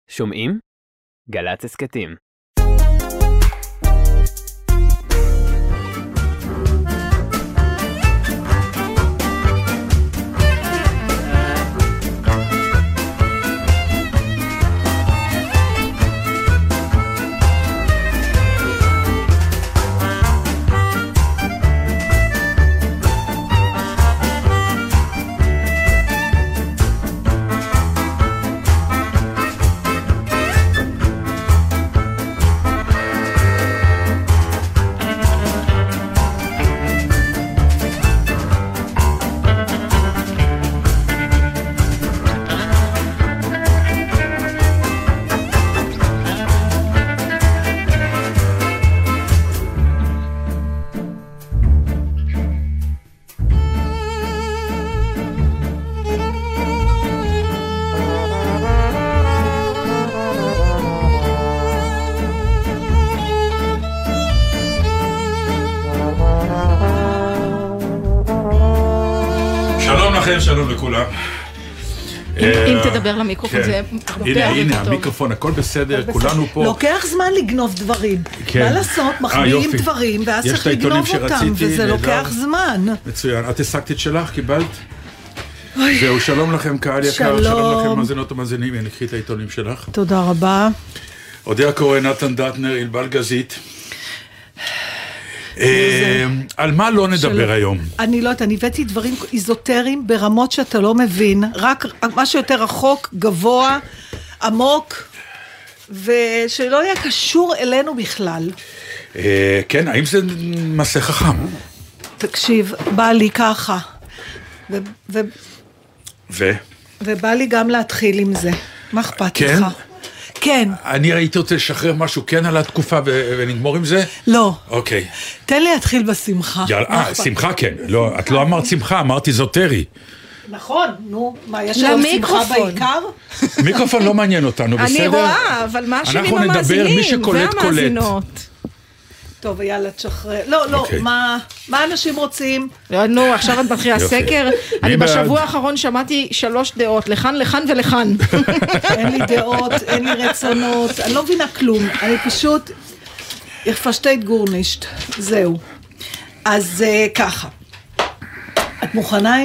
שומעים? גל"צ הסכתים. שלום לכולם. אם תדבר למיקרופון זה... הנה, המיקרופון, הכל בסדר, כולנו פה. לוקח זמן לגנוב דברים. מה לעשות? מחמיאים דברים, ואז צריך לגנוב אותם, וזה לוקח זמן. מצוין. את השגת שלך? קיבלת? זהו, שלום לכם, קהל יקר, שלום לכם, מאזינות ומאזינים. הנה, קחי את העיתונים שלך. תודה רבה. אודיה קורן, נתן דטנר, ענבל גזית. על מה לא נדבר היום? אני לא יודעת, אני הבאתי דברים איזוטריים ברמות שאתה לא מבין, רק משהו יותר רחוק, גבוה, עמוק, ושלא יהיה קשור אלינו בכלל. כן, האם זה מעשה חכם? תקשיב, בא לי ככה, ובא לי גם להתחיל עם זה. מה אכפת לך? כן. אני הייתי רוצה לשחרר משהו כן על התקופה ונגמור עם זה? לא. אוקיי. תן לי להתחיל בשמחה. שמחה כן. לא, את לא אמרת שמחה, אמרת איזוטרי. נכון, נו. מה, יש היום שמחה בעיקר? מיקרופון לא מעניין אותנו, בסדר? אני רואה, אבל מה השנים אנחנו נדבר, מי שקולט קולט. טוב, יאללה, תשחרר. לא, מה אנשים רוצים? נו, עכשיו את מתחילה סקר. אני בשבוע האחרון שמעתי 3 דעות, לכאן ולכאן. אין לי דעות, אין לי רצונות, אני לא מבינה כלום. אני פשוט, יפשטי גורנישט, זהו. אז ככה. את מוכנה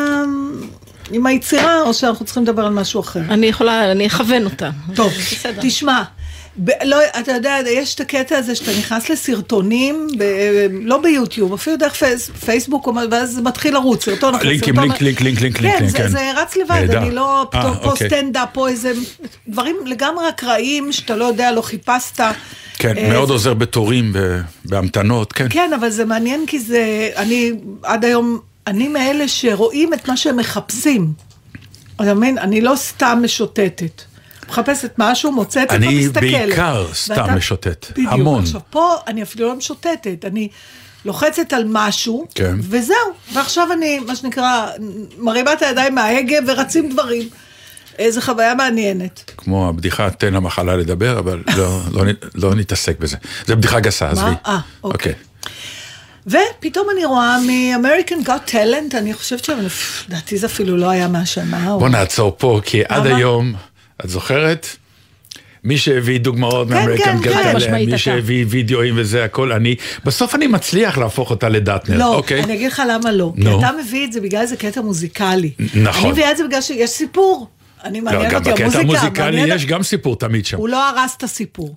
עם היצירה, או שאנחנו צריכים לדבר על משהו אחר? אני אכוון אותה. טוב, תשמע. לא, אתה יודע, יש את הקטע הזה שאתה נכנס לסרטונים, לא ביוטיוב, אפילו דרך פייסבוק, ואז זה מתחיל לרוץ, סרטון אחרי סרטון. לינק. כן, זה רץ לבד, אני לא פה סטנדאפ, פה איזה דברים לגמרי אקראיים, שאתה לא יודע, לא חיפשת. כן, מאוד עוזר בתורים, בהמתנות, כן. כן, אבל זה מעניין כי זה, עד היום, אני מאלה שרואים את מה שהם מחפשים. אני לא סתם משוטטת. מחפשת משהו, מוצאת, אני בעיקר סתם משוטט, המון. עכשיו פה אני אפילו לא משוטטת, אני לוחצת על משהו, וזהו, ועכשיו אני, מה שנקרא, מרימה את הידיים מההגה ורצים דברים. איזו חוויה מעניינת. כמו הבדיחה, תן למחלה לדבר, אבל לא נתעסק בזה. זה בדיחה גסה, עזבי. אוקיי. ופתאום אני רואה מ-American Got Talent, אני חושבת דעתי זה אפילו לא היה מהשנה. בוא נעצור פה, כי עד היום... את זוכרת? מי שהביא דוגמאות מאמריקן גלטלן, מי שהביא וידאוים וזה הכל, בסוף אני מצליח להפוך אותה לדטנר. לא, אני אגיד לך למה לא. כי אתה מביא את זה בגלל זה קטע מוזיקלי. נכון. אני מביאה את זה בגלל שיש סיפור. אני מעניין אותי, המוזיקה. בקטע המוזיקלי יש גם סיפור תמיד שם. הוא לא הרס את הסיפור.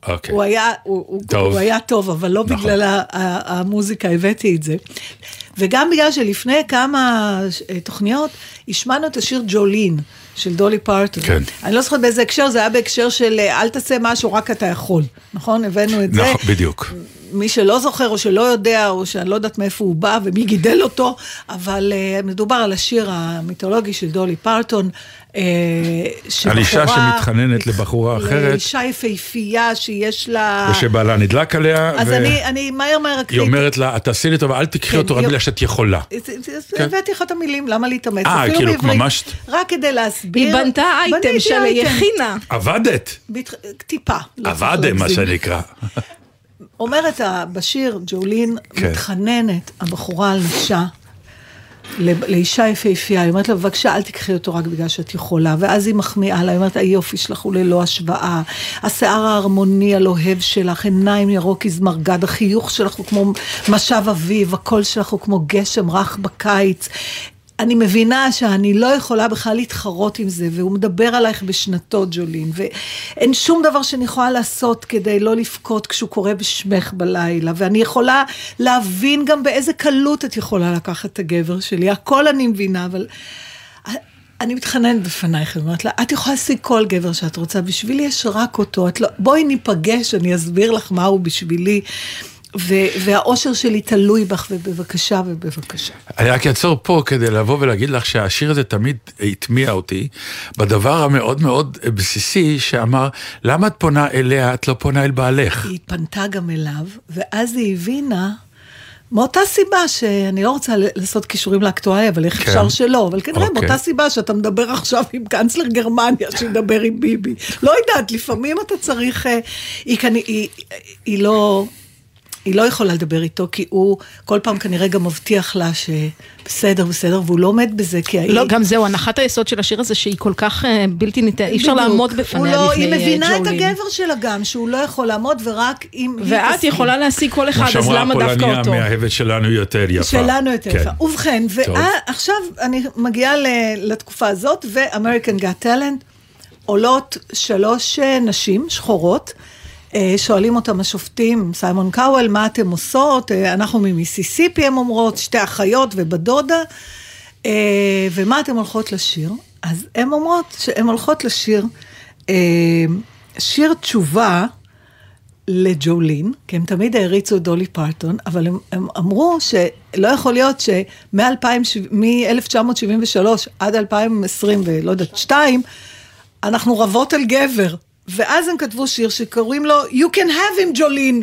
הוא היה טוב, אבל לא בגלל המוזיקה הבאתי את זה. וגם בגלל שלפני כמה תוכניות, השמענו את השיר ג'ולין. של דולי פרטון. כן. אני לא זוכרת באיזה הקשר, זה היה בהקשר של אל תעשה משהו, רק אתה יכול. נכון? הבאנו את זה. נכון, בדיוק. מי שלא זוכר, או שלא יודע, או שאני לא יודעת מאיפה הוא בא, ומי גידל אותו, אבל מדובר על השיר המיתולוגי של דולי פרטון, על אישה שמתחננת לבחורה אחרת. לאישה יפהפייה שיש לה... ושבעלה נדלק עליה. אז אני מהר היא אומרת לה, תעשי לי טוב, אל תקחי אותו רק בגלל שאת יכולה. הבאתי לך את המילים, למה להתאמץ? כאילו ממש... רק כדי להסביר. היא בנתה אייטם של היחינה. עבדת. טיפה. עבדם, מה שנקרא. אומרת בשיר, ג'ולין מתחננת, הבחורה על נפשה, לאישה יפהפייה, היא אומרת לה, בבקשה, אל תקחי אותו רק בגלל שאת יכולה, ואז היא מחמיאה לה, היא אומרת, היופי שלך הוא ללא השוואה, השיער ההרמוני הלוהב שלך, עיניים ירוק הזמרגד, החיוך שלך הוא כמו משב אביב, הקול שלך הוא כמו גשם רך בקיץ, אני מבינה שאני לא יכולה בכלל להתחרות עם זה, והוא מדבר עלייך בשנתו, ג'ולין, ואין שום דבר שאני יכולה לעשות כדי לא לפקוט כשהוא קורא בשמך בלילה, ואני יכולה להבין גם באיזה קלות את יכולה לקחת את הגבר שלי, הכל אני מבינה, אבל אני מתחננת בפנייך, אומרת לה, את יכולה להשיג כל גבר שאת רוצה, בשבילי יש רק אותו, בואי ניפגש, אני אסביר לך מה הוא בשבילי, והאושר שלי תלוי בך, ובבקשה. אני רק אעצור פה כדי לבוא ולהגיד לך שהשיר הזה תמיד התמיע אותי, בדבר המאוד מאוד בסיסי שאמר, למה את פונה אליה, את לא פונה אל בעלך? היא פנתה גם אליו, ואז היא הבינה, מאותה סיבה שאני לא רוצה לעשות קישורים לאקטואליה, אבל איך אפשר שלא, אבל כנראה מאותה סיבה שאתה מדבר עכשיו עם קנצלר גרמניה, שידבר עם ביבי. לא יודעת, לפעמים אתה צריך, היא לא יכולה לדבר איתו, כי הוא כל פעם כנראה גם מבטיח לה שבסדר, והוא לא עומד בזה, כי לא, גם זהו, הנחת היסוד של השיר הזה, שהיא כל כך בלתי ניתנת, אי אפשר לעמוד בפניה לפני ג'ולין. היא מבינה את הגבר שלה גם, שהוא לא יכול לעמוד, ורק אם... ואת יכולה להשיג כל אחד, אז למה דווקא אותו? כמו שאמרה הפולניה מהאהבת שלנו יותר יפה. שלנו יותר יפה. ובכן, ועכשיו אני מגיעה לתקופה הזאת, ו-American Got Talent, עולות 3 נשים שחורות, שואלים אותם השופטים, סיימון קאוול, מה אתם עושות? אנחנו ממיסיסיפי, הם אומרות, 2 אחיות ובדודה, ומה אתם הולכות לשיר? אז הן אומרות שהן הולכות לשיר שיר תשובה לג'ולין, כי הם תמיד העריצו את דולי פרטון, אבל הם אמרו שלא יכול להיות מ-1973 עד 2020 ולא יודעת 2, אנחנו רבות על גבר. ואז הם כתבו שיר שקוראים לו You can have him, ג'ולין.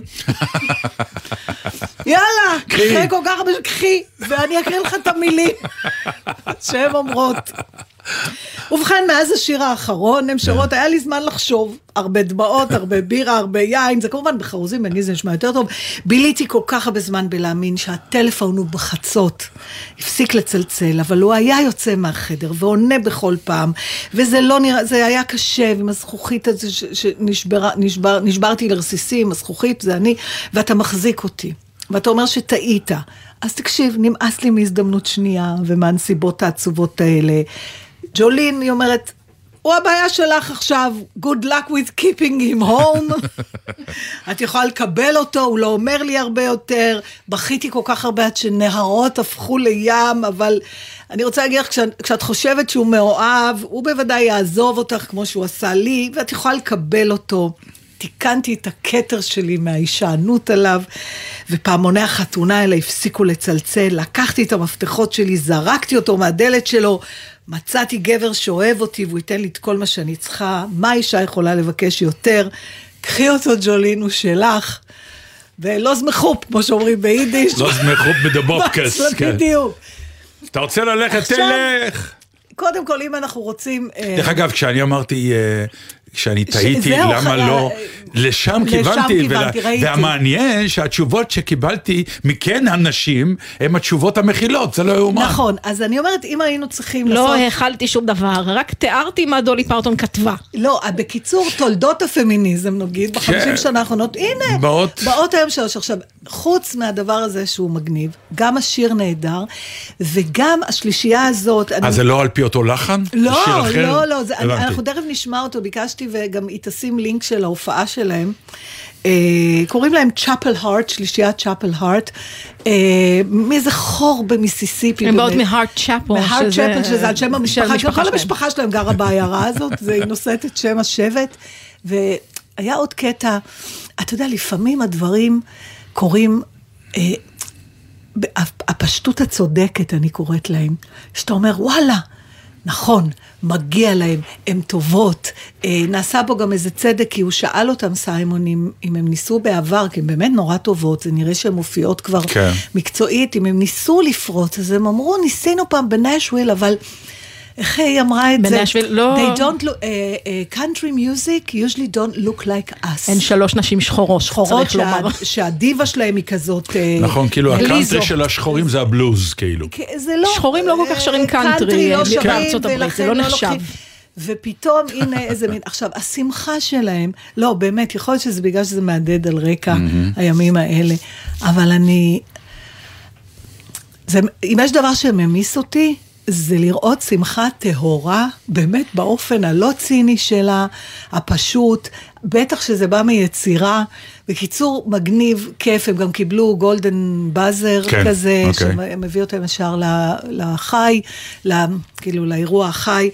יאללה, אחרי כל כך הרבה קחי, ואני אקריא לך את המילים שהן אומרות. ובכן, מאז השיר האחרון, הם שרות, היה לי זמן לחשוב, הרבה דמעות, הרבה בירה, הרבה יין, זה כמובן בחרוזים, אני זה נשמע יותר טוב, ביליתי כל כך הרבה זמן בלהאמין שהטלפון הוא בחצות, הפסיק לצלצל, אבל הוא היה יוצא מהחדר, ועונה בכל פעם, וזה לא נראה, זה היה קשה, עם הזכוכית הזה שנשברתי לרסיסים, הזכוכית זה אני, ואתה מחזיק אותי, ואתה אומר שטעית, אז תקשיב, נמאס לי מהזדמנות שנייה, ומהנסיבות העצובות האלה, ג'ולין, היא אומרת, הוא הבעיה שלך עכשיו, good luck with keeping him home, את יכולה לקבל אותו, הוא לא אומר לי הרבה יותר, בכיתי כל כך הרבה עד שנהרות הפכו לים, אבל אני רוצה להגיד לך, כשאת חושבת שהוא מאוהב, הוא בוודאי יעזוב אותך כמו שהוא עשה לי, ואת יכולה לקבל אותו, תיקנתי את הכתר שלי מהאישענות עליו, ופעמוני החתונה האלה הפסיקו לצלצל, לקחתי את המפתחות שלי, זרקתי אותו מהדלת שלו, מצאתי גבר שאוהב אותי, והוא ייתן לי את כל מה שאני צריכה, מה אישה יכולה לבקש יותר? קחי אותו ג'ולין, הוא שלך, ולא זמחופ, כמו שאומרים ביידיש. לא זמחופ בדבוקס, כן. בדיוק. אתה רוצה ללכת, תלך. קודם כל, אם אנחנו רוצים... דרך אגב, כשאני אמרתי... כשאני תהיתי למה לא, לשם כיוונתי, והמעניין שהתשובות שקיבלתי מכן הנשים, הן התשובות המכילות, זה לא יאומן. נכון, אז אני אומרת, אם היינו צריכים לעשות... לא החלתי שום דבר, רק תיארתי מה דולי פרטון כתבה. לא, בקיצור, תולדות הפמיניזם, נגיד, ב50 שנה האחרונות, הנה, באות היום שלוש. עכשיו, חוץ מהדבר הזה שהוא מגניב, גם השיר נהדר, וגם השלישייה הזאת... אז זה לא על פי אותו לחן? לא, לא, אנחנו דרך נשמע אותו, ביקשתי וגם היא תשים לינק של ההופעה שלהם, קוראים להם צ'אפל הארט, שלישיית צ'אפל הארט, מאיזה חור במיסיסיפי. הם באות מהארט צ'אפל. מהארט צ'אפל, שזה על שם המשפחה, כל המשפחה שלהם גרה בעיירה הזאת, והיא נושאת את שם השבט, והיה עוד קטע, אתה יודע, לפעמים הדברים קוראים, הפשטות הצודקת, אני קוראת להם, שאתה אומר, וואלה, נכון, מגיע להם, הן טובות, נעשה בו גם איזה צדק, כי הוא שאל אותם סיימון, אם הם ניסו בעבר, כי הן באמת נורא טובות, זה נראה שהן מופיעות כבר מקצועית, אם הם ניסו לפרוץ, אז הם אמרו, ניסינו פעם בנשוויל, אבל איך היא אמרה את זה? בנשוויל, לא... They don't look, country music usually don't look like us. הן 3 נשים שחורות, צריך לומר. שהדיבה שלהם היא כזאת... נכון, כאילו הקאנטרי של השחורים זה הבלוז, כאילו. שחורים לא כל כך שרים קאנטרי בארצות הברית, זה לא נחשב. ופתאום, הנה איזה מין, עכשיו, השמחה שלהם, לא, באמת, יכול להיות שזה בגלל שזה מעדד על רקע הימים האלה, אבל אם יש דבר שממיס אותי, זה לראות שמחה טהורה, באמת באופן הלא ציני שלה, הפשוט, בטח שזה בא מיצירה, בקיצור מגניב, כיף, הם גם קיבלו גולדן באזר כזה, שמביא אותם ישר לחי, כאילו לאירוע החי,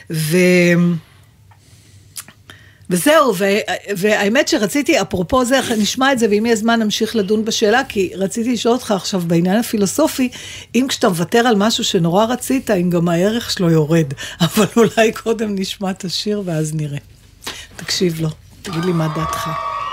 וזהו, והאמת שרציתי, אפרופו זה, נשמע את זה, ואם יהיה זמן נמשיך לדון בשאלה, כי רציתי לשאול אותך עכשיו בעניין הפילוסופי, אם כשאתה מוותר על משהו שנורא רצית, אם גם הערך שלו יורד, אבל אולי קודם נשמע את השיר ואז נראה. תקשיב לו, תגיד לי מה דעתך.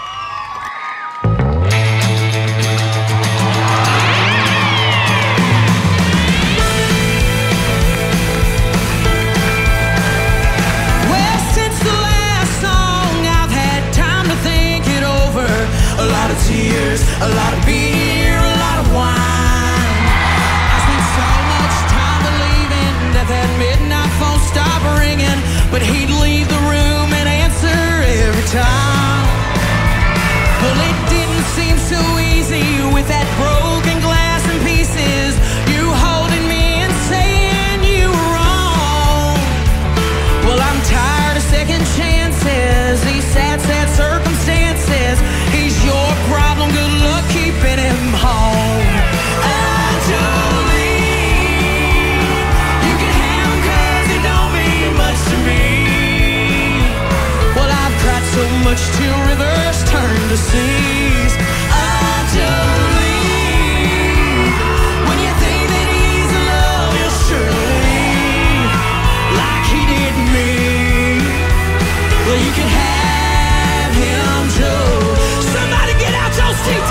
A lot of beer, a lot of wine. I spent so much time believing that midnight phone stopped ringing, but he'd leave the room and answer every time. Well, it didn't seem so easy with that broken glass in pieces, you holding me and saying you were wrong. Well, I'm tired of second chances, these sad, sad circumstances. He's your problem, good luck keeping him home. Actually, you can have him 'cause he don't mean much to me. Well, I've cried so much till rivers turn to seas. Actually, when you think that he's in love, you'll surely, like he did me. Well, you can have him, Joe. Tonight,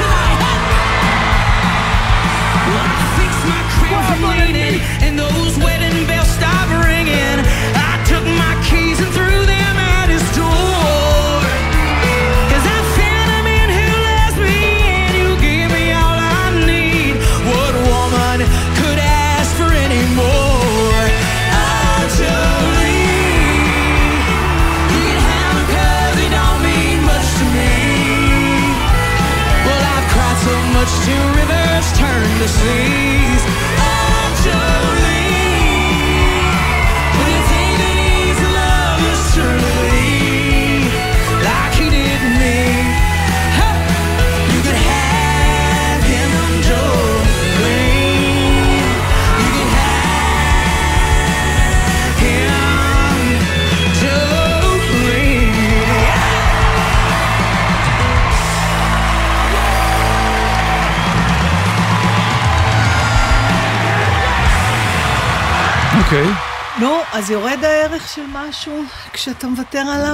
well, I fixed my crib from leaning, and those wedding bells stopped ringing. I took my keys and threw them at his door, 'cause I found a man who loves me and who gave me all I need. What woman could ask for any more? Actually, you can have him 'cause he don't mean much to me. So much till rivers turn to seas. Actually, when you think that he's in love, you'll surely, like he did me. Hey, you could have him, Jolene. You could have him, Jolene. אוקיי. נו, אז יורד הערך של משהו כשאתה מוותר עליו?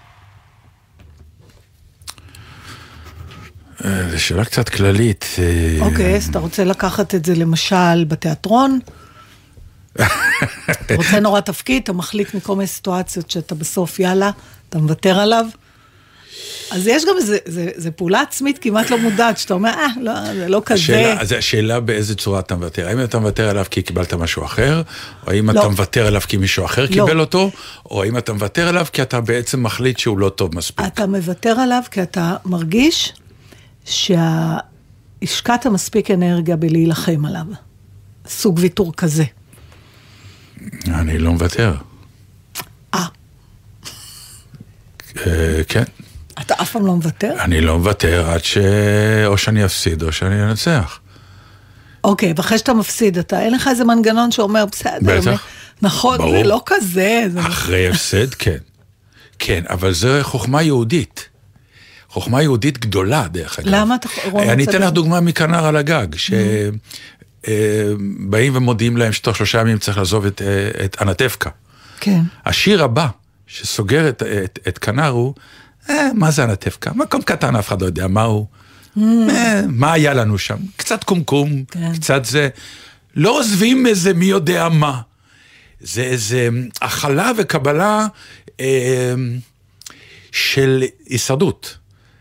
זו שאלה קצת כללית. אוקיי, אז אתה רוצה לקחת את זה למשל בתיאטרון? אתה רוצה נורא תפקיד, אתה מחליט מכל מיני סיטואציות שאתה בסוף יאללה, אתה מוותר עליו? אז יש גם איזו פעולה עצמית כמעט לא מודעת, שאתה אומר, לא, זה לא כזה. אז השאלה באיזה צורה אתה מוותר. האם אתה מוותר עליו כי קיבלת משהו אחר, או האם אתה מוותר עליו כי מישהו אחר קיבל אותו, או האם אתה מוותר עליו כי אתה בעצם מחליט שהוא לא טוב מספיק. אתה מוותר עליו כי אתה מרגיש שהשקעת מספיק אנרגיה בלהילחם עליו. סוג ויתור כזה. אני לא מוותר. כן. אתה אף פעם לא מוותר? אני לא מוותר עד או שאני אפסיד או שאני אנצח. אוקיי, ואחרי שאתה מפסיד, אין לך איזה מנגנון שאומר, בסדר. בטח. נכון, ברור. זה לא כזה. אחרי הפסד, כן. כן, אבל זה חוכמה יהודית. חוכמה יהודית גדולה, דרך אגב. למה אתה רואה? אני אתן לך דוגמה מכנר על הגג, שבאים ומודיעים להם שתוך 3 ימים צריך לעזוב את אנטבקה. כן. השיר הבא, שסוגר את כנר הוא, מה זה אנטבקה? מקום קטן, אף אחד לא יודע מה הוא. מה היה לנו שם? קצת קומקום, קצת זה. לא עוזבים איזה מי יודע מה. זה איזה הכלה וקבלה של הישרדות.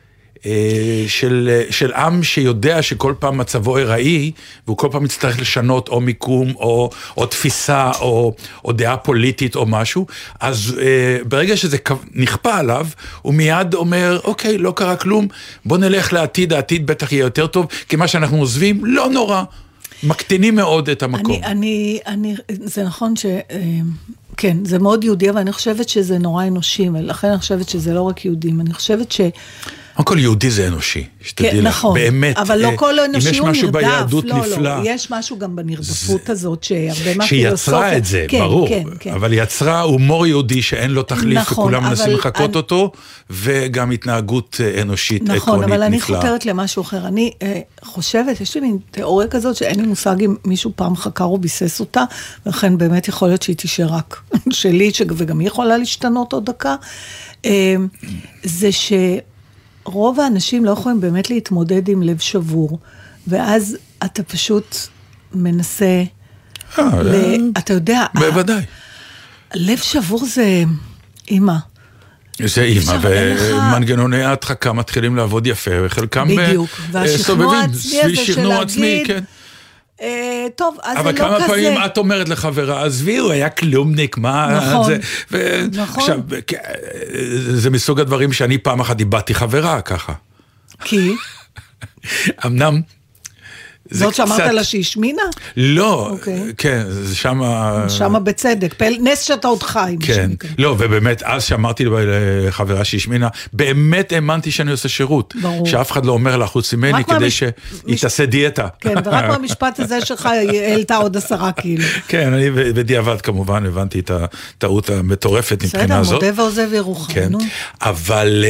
של עם שיודע שכל פעם מצבו הראי, והוא כל פעם יצטרך לשנות או מיקום, או תפיסה, או דעה פוליטית או משהו, אז ברגע שזה נכפה עליו, הוא מיד אומר, אוקיי, לא קרה כלום, בוא נלך לעתיד, העתיד בטח יהיה יותר טוב, כי מה שאנחנו עוזבים, לא נורא, מקטינים מאוד את המקום. זה נכון כן, זה מאוד יהודי, אבל אני חושבת שזה נורא אנושי, ולכן אני חושבת שזה לא רק יהודים, אני חושבת כל יהודי זה אנושי, שתדעי לך, באמת, אבל לא כל אנושי הוא נרדף, אם יש משהו ביהדות נפלא. יש משהו גם בנרדפות הזאת, שהרבה מהפילוסופיה, שיצרה את זה, ברור, אבל יצרה הומור יהודי שאין לו תחליף, וכולם מנסים לחכות אותו, וגם התנהגות אנושית עקרונית נפלאה. נכון, אבל אני חותרת למשהו אחר, אני חושבת, יש לי מין תיאוריה כזאת, שאין לי מושג אם מישהו פעם חקר או ביסס אותה, ולכן באמת יכול להיות שהיא תישאר רק שלי, וגם היא יכולה להשתנות עוד דקה, זה רוב האנשים לא יכולים באמת להתמודד עם לב שבור, ואז אתה פשוט מנסה, אתה יודע, בוודאי. לב שבור זה אימא. זה אימא, ומנגנוני ההדחקה מתחילים לעבוד יפה, וחלקם בדיוק, והשכנוע העצמי הזה של להגיד, טוב, אז זה לא כזה. אבל כמה פעמים את אומרת לחברה, עזבי, הוא היה כלומניק, מה זה? נכון. עכשיו, זה מסוג הדברים שאני פעם אחת איבדתי חברה ככה. כי? אמנם, זאת שאמרת לה שהיא שמינה? לא, כן, זה שמה... שמה בצדק, נס שאתה עוד חי. כן, לא, ובאמת, אז שאמרתי לחברה שהיא שמינה, באמת האמנתי שאני עושה שירות. ברור. שאף אחד לא אומר לה חוץ ממני, כדי שהיא תעשה דיאטה. כן, ורק מהמשפט הזה שלך העלתה עוד 10 קילו. כן, אני בדיעבד כמובן הבנתי את הטעות המטורפת מבחינה הזאת. בסדר, מודה ועוזב ירוחם. כן, אבל...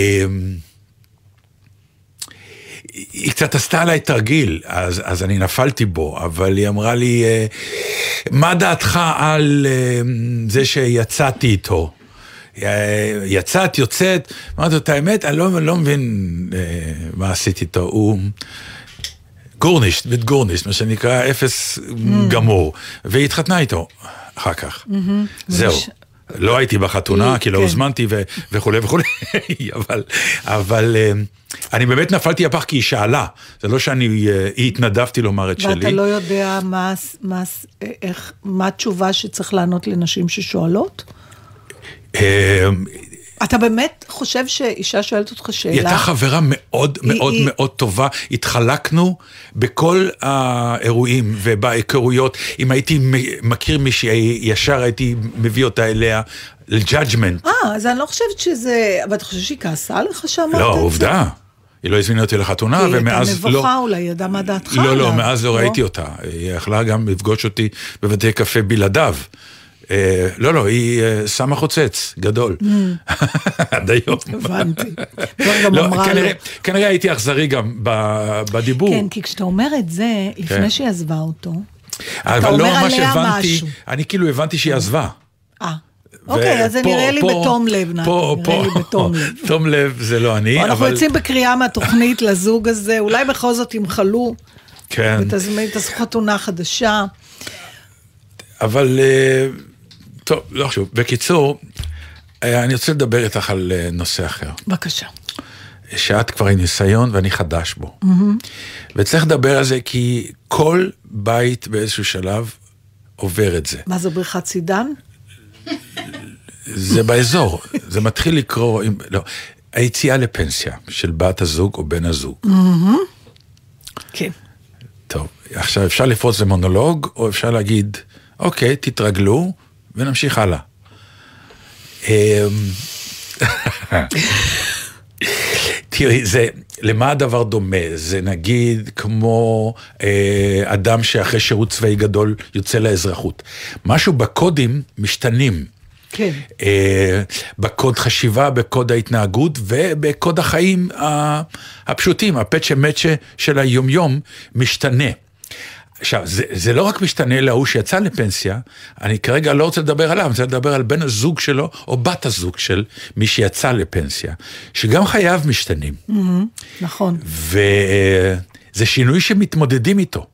היא קצת עשתה עליי תרגיל, אז אני נפלתי בו, אבל היא אמרה לי, מה דעתך על זה שיצאתי איתו? יוצאת, אמרתי אותה, האמת, אני לא מבין מה עשיתי איתו, הוא גורנישט, מה שנקרא אפס גמור, והיא התחתנה איתו אחר כך, זהו. לא הייתי בחתונה, כי לא הוזמנתי וכו', אבל אני באמת נפלתי הפח כי היא שאלה, זה לא שאני התנדבתי לומר את שלי. ואתה לא יודע מה התשובה שצריך לענות לנשים ששואלות? אתה באמת חושב שאישה שואלת אותך שאלה? היא הייתה חברה מאוד מאוד מאוד טובה, התחלקנו בכל האירועים ובהיכרויות, אם הייתי מכיר מישהי, ישר הייתי מביא אותה אליה לג'אג'מנט. אז אני לא חושבת שזה, אבל אתה חושב שהיא כעסה לך שאמרת את זה? לא, עובדה. היא לא הזמינה אותי לחתונה, ומאז לא... היא הייתה מבוכה אולי, ידעה מה דעתך? לא, מאז לא ראיתי אותה. היא יכלה גם לפגוש אותי בבתי קפה בלעדיו. לא, היא שמה חוצץ, גדול. עד היום. הבנתי. כנראה הייתי אכזרי גם בדיבור. כן, כי כשאתה אומר את זה, לפני שהיא עזבה אותו, אתה אומר עליה משהו. אני כאילו הבנתי שהיא עזבה. אוקיי, אז זה נראה לי בתום לב, תום לב זה לא אני. אנחנו יוצאים בקריאה מהתוכנית לזוג הזה, אולי בכל זאת ימחלו, ותזמין את החתונה חדשה. אבל, טוב, לא חשוב. בקיצור, אני רוצה לדבר איתך על נושא אחר. בבקשה. שאת כבר עם ניסיון ואני חדש בו. וצריך לדבר על זה כי כל בית באיזשהו שלב עובר את זה. מה זה בריכת סידן? זה באזור, זה מתחיל לקרוא, לא, היציאה לפנסיה של בת הזוג או בן הזוג. כן. טוב, עכשיו אפשר לפרוץ למונולוג, או אפשר להגיד, אוקיי, תתרגלו, ונמשיך הלאה. תראי, למה הדבר דומה? זה נגיד כמו אדם שאחרי שירות צבאי גדול יוצא לאזרחות. משהו בקודים משתנים. כן. בקוד חשיבה, בקוד ההתנהגות ובקוד החיים הפשוטים, הפצ'ה מצ'ה של היומיום משתנה. עכשיו, זה לא רק משתנה להוא שיצא לפנסיה, אני כרגע לא רוצה לדבר עליו, אני רוצה לדבר על בן הזוג שלו, או בת הזוג של מי שיצא לפנסיה, שגם חייו משתנים. נכון. וזה שינוי שמתמודדים איתו.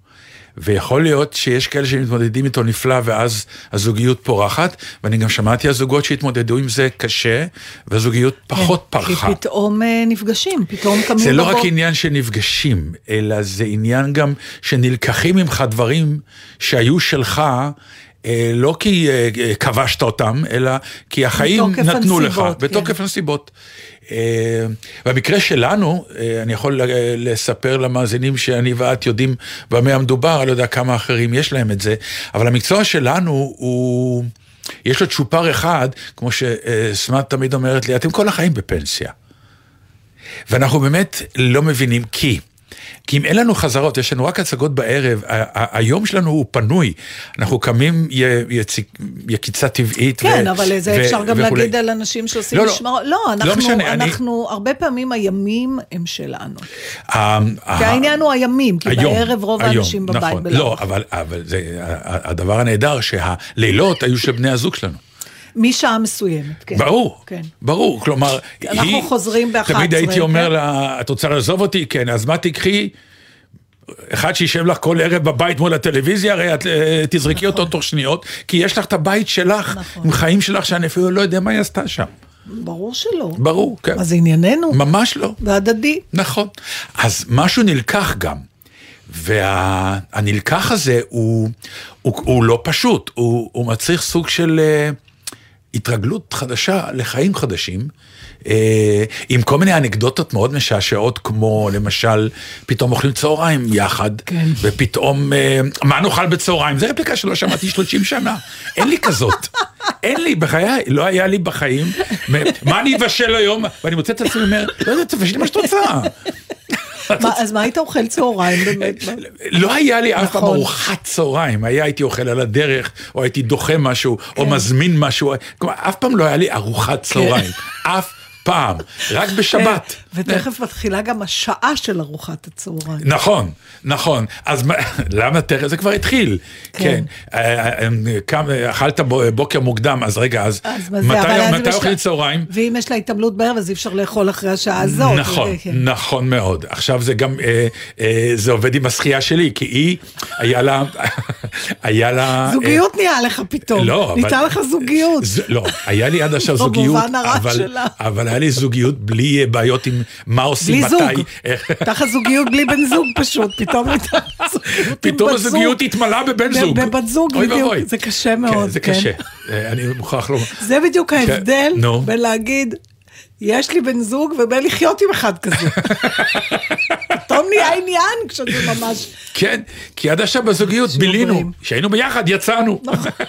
ויכול להיות שיש כאלה שמתמודדים איתו נפלא, ואז הזוגיות פורחת, ואני גם שמעתי על זוגות שהתמודדו עם זה קשה, והזוגיות פחות פרחה. כי פתאום נפגשים, פתאום קמים זה לא רק עניין שנפגשים, אלא זה עניין גם שנלקחים ממך דברים שהיו שלך, לא כי כבשת אותם, אלא כי החיים נתנו לך, בתוקף הנסיבות. במקרה שלנו, אני יכול לספר למאזינים שאני ואת יודעים במה המדובר, אני לא יודע כמה אחרים יש להם את זה, אבל המקצוע שלנו הוא, יש לו צ'ופר אחד, כמו שסמת תמיד אומרת לי, אתם כל החיים בפנסיה. ואנחנו באמת לא מבינים כי אם אין לנו חזרות, יש לנו רק הצגות בערב, היום שלנו הוא פנוי, אנחנו קמים יקיצה טבעית. כן, אבל זה אפשר גם להגיד על אנשים שעושים משמרות. לא, אנחנו הרבה פעמים הימים הם שלנו. כי העניין הוא הימים, כי בערב רוב האנשים בבית בלחץ. לא, אבל הדבר הנהדר שהלילות היו של בני הזוג שלנו. משעה מסוימת, כן. ברור, כן. ברור, כלומר, אנחנו חוזרים ב-11. תמיד הייתי אומר לה, את רוצה לעזוב אותי? כן, אז מה תקחי? אחד שישב לך כל ערב בבית מול הטלוויזיה, הרי את תזרקי אותו תוך שניות, כי יש לך את הבית שלך, עם חיים שלך, שאני אפילו לא יודע מה היא עשתה שם. ברור שלא. ברור, כן. אז ענייננו. ממש לא. והדדי. נכון. אז משהו נלקח גם. והנלקח הזה הוא לא פשוט, הוא מצריך סוג של התרגלות חדשה לחיים חדשים, עם כל מיני אנקדוטות מאוד משעשעות, כמו למשל, פתאום אוכלים צהריים יחד, ופתאום, מה נאכל בצהריים? זה רפליקה שלא שמעתי 30 שנה. אין לי כזאת. אין לי בחיי, לא היה לי בחיים. מה אני אבשל היום? ואני מוצא את עצמי אומר, לא יודע, תבשל מה שאת רוצה. אז מה היית אוכל צהריים באמת? לא היה לי אף פעם ארוחת צהריים, הייתי אוכל על הדרך, או הייתי דוחה משהו, או מזמין משהו, כלומר, אף פעם לא היה לי ארוחת צהריים, אף פעם, רק בשבת. ותכף מתחילה גם השעה של ארוחת הצהריים. נכון, נכון. אז למה תכף? זה כבר התחיל. כן. אכלת בוקר מוקדם, אז רגע, אז מתי אוכלים צהריים? ואם יש לה התעמלות בערב, אז אי אפשר לאכול אחרי השעה הזאת. נכון, נכון מאוד. עכשיו זה גם, זה עובד עם השחייה שלי, כי היא, היה לה... זוגיות נהיה לך פתאום. לא, אבל... ניתה לך זוגיות. לא, היה לי עד עכשיו זוגיות, אבל היה לי זוגיות בלי בעיות עם מה עושים, מתי. בלי זוג. תחת זוגיות בלי בן זוג פשוט. פתאום הזוגיות התמלאה בבן זוג. בבת זוג בדיוק. זה קשה מאוד. זה קשה. אני מוכרח לומר. זה בדיוק ההבדל בין להגיד, יש לי בן זוג ובין לחיות עם אחד כזה. פתאום נהיה עניין כשזה ממש... כן, כי עד עכשיו בזוגיות בילינו. שהיינו ביחד, יצאנו.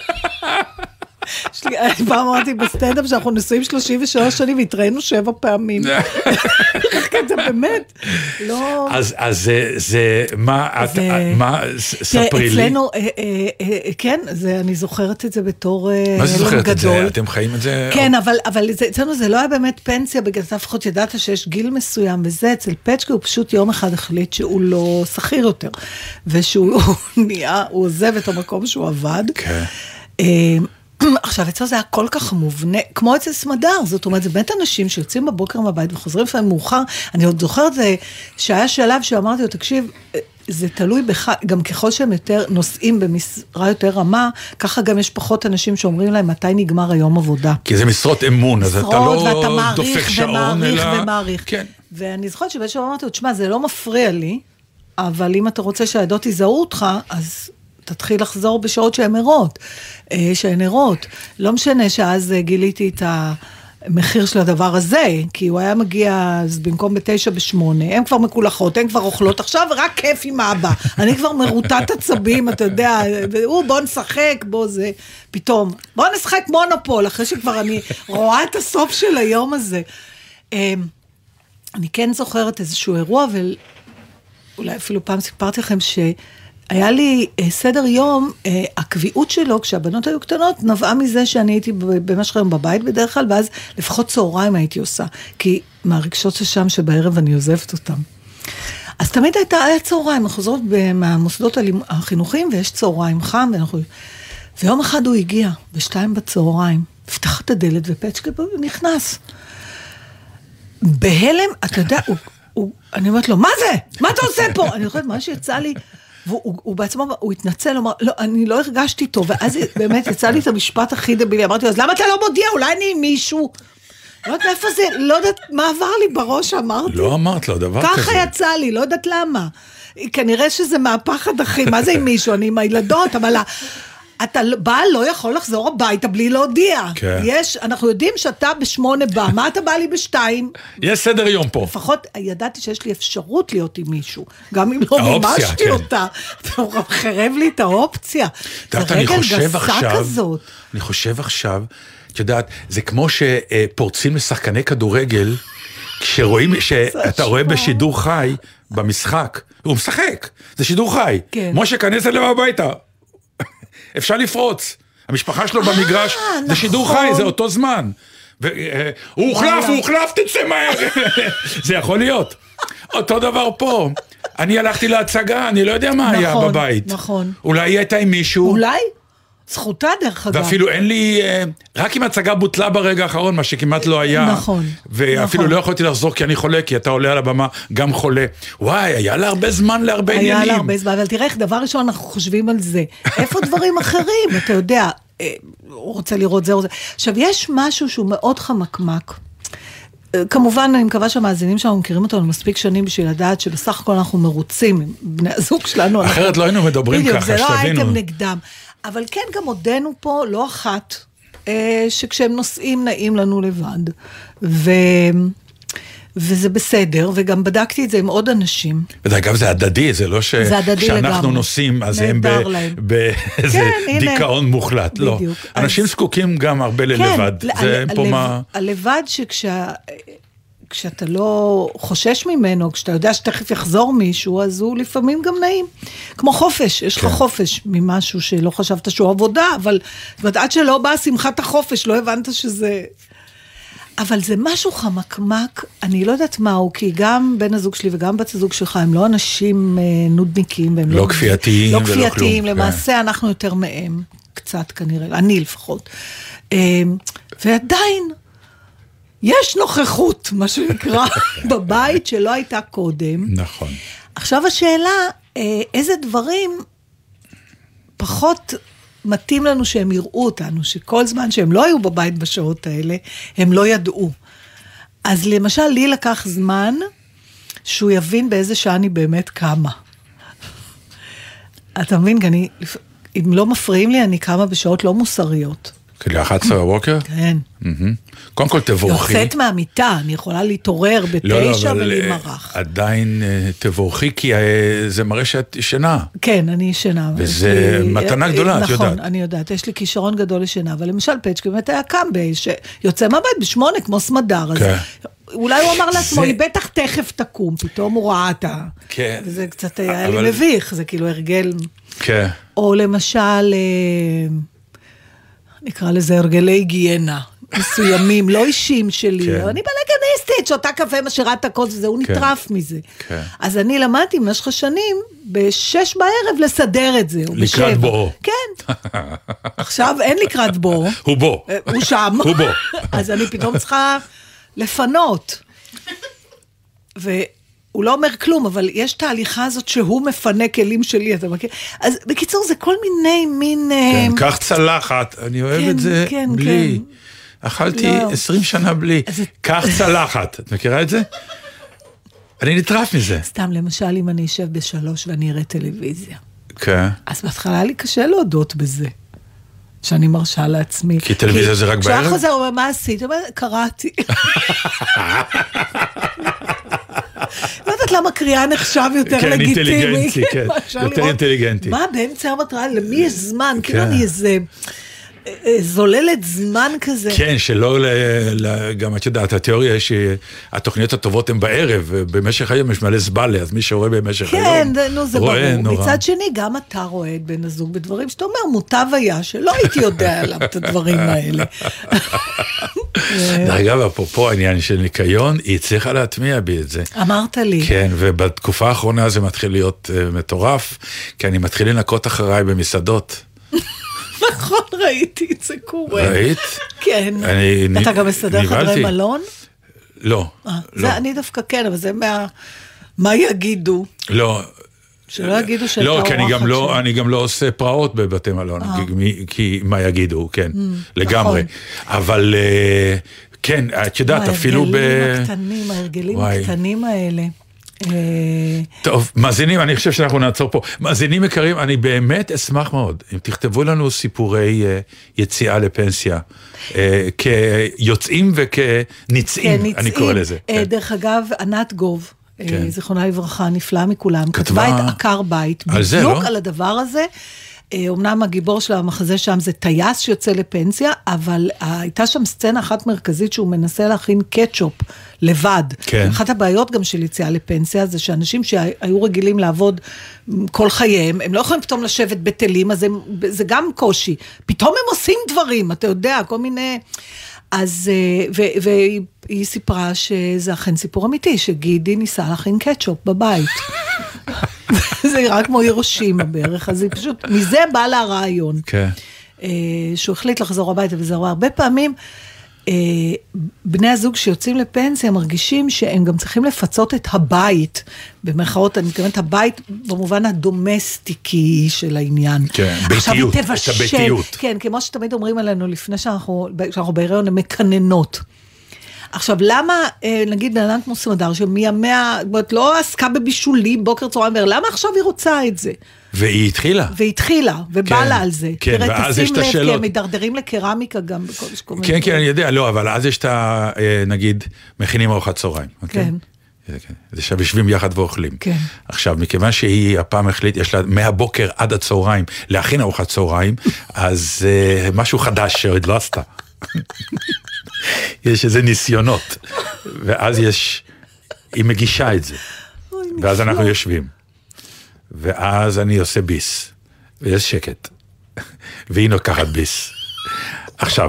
פעם אמרתי בסטנדאפ שאנחנו נשואים 33 שנים והתראינו 7 פעמים. זה באמת לא... אז זה, מה, ספרי לי? אצלנו, כן, אני זוכרת את זה בתור מה זה זוכרת את זה? אתם חיים את זה? כן, אבל אצלנו זה לא היה באמת פנסיה, בגלל זה לפחות ידעת שיש גיל מסוים, וזה אצל פצ'קה הוא פשוט יום אחד החליט שהוא לא שכיר יותר, ושהוא נהיה, הוא עוזב את המקום שהוא עבד. כן. עכשיו, אצלו זה היה כל כך מובנה, כמו אצל סמדר, זאת אומרת, זה באמת אנשים שיוצאים בבוקר מהבית וחוזרים לפעמים מאוחר, אני עוד זוכרת שהיה שלב שאמרתי לו, תקשיב, זה תלוי בך, גם ככל שהם יותר נוסעים במשרה יותר רמה, ככה גם יש פחות אנשים שאומרים להם מתי נגמר היום עבודה. כי זה משרות אמון, אז אתה לא דופק שעון, אלא... ומעריך. כן. ואני זוכרת שבאמת אמרתי לו, תשמע, זה לא מפריע לי, אבל אם אתה רוצה שהעדות יזהו אותך, אז... תתחיל לחזור בשעות שהן ערות. לא משנה שאז גיליתי את המחיר של הדבר הזה, כי הוא היה מגיע, אז במקום ב9 ב8, הם כבר מקולחות, הם כבר אוכלות, עכשיו רק כיף עם אבא. אני כבר מרוטת עצבים, אתה יודע, בוא נשחק, בוא זה, פתאום, בוא נשחק מונופול, אחרי שכבר אני רואה את הסוף של היום הזה. אני כן זוכרת איזשהו אירוע, ואולי אפילו פעם סיפרתי לכם היה לי סדר יום, הקביעות שלו, כשהבנות היו קטנות, נבעה מזה שאני הייתי במשך היום בבית בדרך כלל, ואז לפחות צהריים הייתי עושה, כי מהרגשות ששם שבערב אני עוזבת אותם. אז תמיד היה צהריים, אנחנו חוזרות מהמוסדות החינוכיים, ויש צהריים חם, ויום אחד הוא הגיע, ב2 בצהריים, פתח את הדלת ופצ'קה נכנס. בהלם, אתה יודע, אני אומרת לו, מה זה? מה אתה עושה פה? אני חושבת, מה שיצא לי, והוא בעצמו, הוא התנצל, הוא אמר, לא, אני לא הרגשתי טוב, ואז באמת יצא לי את המשפט הכי דבילי, אמרתי, אז למה אתה לא מודיע? אולי אני עם מישהו? לא יודעת מאיפה זה, לא יודעת מה עבר לי בראש, אמרתי. לא אמרת לו דבר כזה. ככה יצא לי, לא יודעת למה. כנראה שזה מהפחד אחי, מה זה עם מישהו? אני עם הילדות, אבל אתה בעל לא יכול לחזור הביתה בלי להודיע. כן. אנחנו יודעים שאתה ב8 בא, מה אתה בא לי ב2? יש סדר יום פה. לפחות ידעתי שיש לי אפשרות להיות עם מישהו, גם אם לא מימשתי אותה. אתה חרב לי את האופציה. זה רגל גסה כזאת. אני חושב עכשיו, את יודעת, זה כמו שפורצים לשחקני כדורגל, כשרואים, שאתה רואה בשידור חי, במשחק, הוא משחק, זה שידור חי. משה כנס אליו הביתה. אפשר לפרוץ. המשפחה שלו במגרש, זה שידור חי, זה אותו זמן. הוא הוחלף, תצא מהר. זה יכול להיות. אותו דבר פה. אני הלכתי להצגה, אני לא יודע מה היה בבית. נכון. אולי היא הייתה עם מישהו. אולי? זכותה דרך אגב. ואפילו אין לי, רק אם הצגה בוטלה ברגע האחרון, מה שכמעט לא היה. נכון. ואפילו לא יכולתי לחזור כי אני חולה, כי אתה עולה על הבמה גם חולה. וואי, היה לה הרבה זמן להרבה עניינים. היה לה הרבה זמן, אבל תראה, דבר ראשון אנחנו חושבים על זה. איפה דברים אחרים? אתה יודע, הוא רוצה לראות זה או זה. עכשיו, יש משהו שהוא מאוד חמקמק. כמובן, אני מקווה שהמאזינים שלנו מכירים אותנו מספיק שנים בשביל לדעת שבסך הכל אנחנו מרוצים עם בני הזוג שלנו. אחרת לא היינו מדברים ככה, שתבינו. זה לא הייתם נגדם. אבל כן, גם עודנו פה לא אחת, שכשהם נוסעים נעים לנו לבד. וזה בסדר, וגם בדקתי את זה עם עוד אנשים. וגם זה הדדי, זה לא שאנחנו נוסעים, אז הם באיזה דיכאון מוחלט. לא, אנשים זקוקים גם הרבה ללבד. הלבד כשאתה לא חושש ממנו, כשאתה יודע שתכף יחזור מישהו, אז הוא לפעמים גם נעים. כמו חופש, יש לך חופש ממשהו שלא חשבת שהוא עבודה, אבל עד שלא באה שמחת החופש, לא הבנת שזה... אבל זה משהו חמקמק, אני לא יודעת מהו, כי גם בן הזוג שלי וגם בת הזוג שלך, הם לא אנשים נודניקים, והם לא כפייתיים, לא כפייתיים, למעשה אנחנו יותר מהם, קצת כנראה, אני לפחות. ועדיין, יש נוכחות, מה שנקרא, בבית שלא הייתה קודם. נכון. עכשיו השאלה, איזה דברים פחות מתאים לנו שהם יראו אותנו, שכל זמן שהם לא היו בבית בשעות האלה, הם לא ידעו. אז למשל, לי לקח זמן שהוא יבין באיזה שעה אני באמת קמה. אתה מבין, אם לא מפריעים לי, אני קמה בשעות לא מוסריות. כאילו 11 בבוקר? כן. קודם כל תבורכי. יוצאת מהמיטה, אני יכולה להתעורר ב9 ולהימרח. עדיין תבורכי, כי זה מראה שאת ישנה. כן, אני ישנה. וזה מתנה גדולה, את יודעת. נכון, אני יודעת, יש לי כישרון גדול לשינה, אבל למשל פצ'קי באמת היה קם שיוצא מהבית ב8 כמו סמדר, אז אולי הוא אמר לעצמו, היא בטח תכף תקום, פתאום הוא ראה אותה. כן. וזה קצת היה לי מביך, זה כאילו הרגל. כן. או למשל... נקרא לזה הרגלי היגיינה, מסוימים, לא אישים שלי. אני בלגניסטית, שאותה קפה משאירה את הכל, והוא נטרף מזה. אז אני למדתי במשך השנים, ב6 בערב לסדר את זה. לקראת בו. כן. עכשיו אין לקראת בו. הוא בו. הוא שם. הוא בו. אז אני פתאום צריכה לפנות. הוא לא אומר כלום, אבל יש תהליכה הזאת שהוא מפנה כלים שלי, אתה מכיר? אז בקיצור, זה כל מיני מין... כן, כך צלחת, אני אוהב את זה בלי. אכלתי 20 שנה בלי. כך צלחת, את מכירה את זה? אני נטרף מזה. סתם, למשל, אם אני אשב ב3 ואני אראה טלוויזיה. כן. אז בהתחלה לי קשה להודות בזה. שאני מרשה לעצמי. כי טלוויזיה זה רק בערב? כשאח חוזר, הוא אומר, מה עשית? הוא אומר, קראתי. לא יודעת למה קריאה נחשב יותר לגיטימי. כן, יותר אינטליגנטי. מה, באמצע המטרה, למי יש זמן? כאילו אני איזה זוללת זמן כזה. כן, שלא, גם את יודעת, התיאוריה היא שהתוכניות הטובות הן בערב, ובמשך היום יש מלא זבלה, אז מי שרואה במשך היום, כן, נו, זה ברור. מצד שני, גם אתה רואה את בן הזוג בדברים שאתה אומר, מוטב היה, שלא הייתי יודע עליו את הדברים האלה. אגב, אפרופו העניין של ניקיון, היא הצליחה להטמיע בי את זה. אמרת לי. כן, ובתקופה האחרונה זה מתחיל להיות מטורף, כי אני מתחיל לנקות אחריי במסעדות. נכון, ראיתי את זה קורה. ראית? כן. אתה גם מסדר חדרי מלון? לא. אני דווקא כן, אבל זה מה יגידו? לא. שלא יגידו שאתה לא, אורחת כי אני גם לא עושה פרעות בבתי מלון, כי מה יגידו, כן, לגמרי. אבל כן, את יודעת, אפילו ההרגלים הקטנים האלה. טוב, מאזינים, אני חושב שאנחנו נעצור פה. מאזינים יקרים, אני באמת אשמח מאוד, אם תכתבו לנו סיפורי יציאה לפנסיה, כיוצאים וכניצאים, אני קורא לזה. דרך אגב, ענת גוב, זיכרונה לברכה, נפלאה מכולם, כתבה את עקר בית, בדיוק על הדבר הזה. אמנם הגיבור של המחזה שם זה טייס שיוצא לפנסיה, אבל הייתה שם סצנה אחת מרכזית שהוא מנסה להכין קטשופ לבד. כן. אחת הבעיות גם של יציאה לפנסיה זה שאנשים שהיו רגילים לעבוד כל חייהם, הם לא יכולים פתאום לשבת בתלים, אז זה גם קושי. פתאום הם עושים דברים, אתה יודע, כל מיני... אז, והיא סיפרה שזה אכן סיפור אמיתי, שגידי ניסה להכין קטשופ בבית. זה נראה כמו הירושימה בערך, אז פשוט, מזה בא לה הרעיון. כן. שהוא החליט לחזור הביתה, וזה הרבה פעמים, בני הזוג שיוצאים לפנסיה מרגישים שהם גם צריכים לפצות את הבית, במרכאות, אני מתכוונת הבית במובן הדומסטיקי של העניין. כן, ביתיות, את הביתיות. כן, כמו שתמיד אומרים עלינו לפני שאנחנו בהיריון, הם מקננות. עכשיו, למה, נגיד, בנאדם כמו סמדר, שמיימיה, לא עסקה בבישולים, בוקר צהריים, למה עכשיו היא רוצה את זה? והיא התחילה, ובא לה על זה. כן, ואז יש את השאלות. כי הם מדרדרים לקרמיקה גם. כן, כן, אני יודע, לא, אבל אז יש את נגיד, מכינים ארוחת צהריים. כן. זה שיושבים יחד ואוכלים. כן. עכשיו, מכיוון שהיא הפעם החליט, יש לה מהבוקר עד הצהריים, להכין ארוחת צהריים, אז משהו חדש שעוד לא עשתה. יש איזה ניסיונות, ואז היא מגישה את זה, ואז אנחנו יושבים, ואז אני עושה ביס, ויש שקט, והיא נוקחת ביס. עכשיו,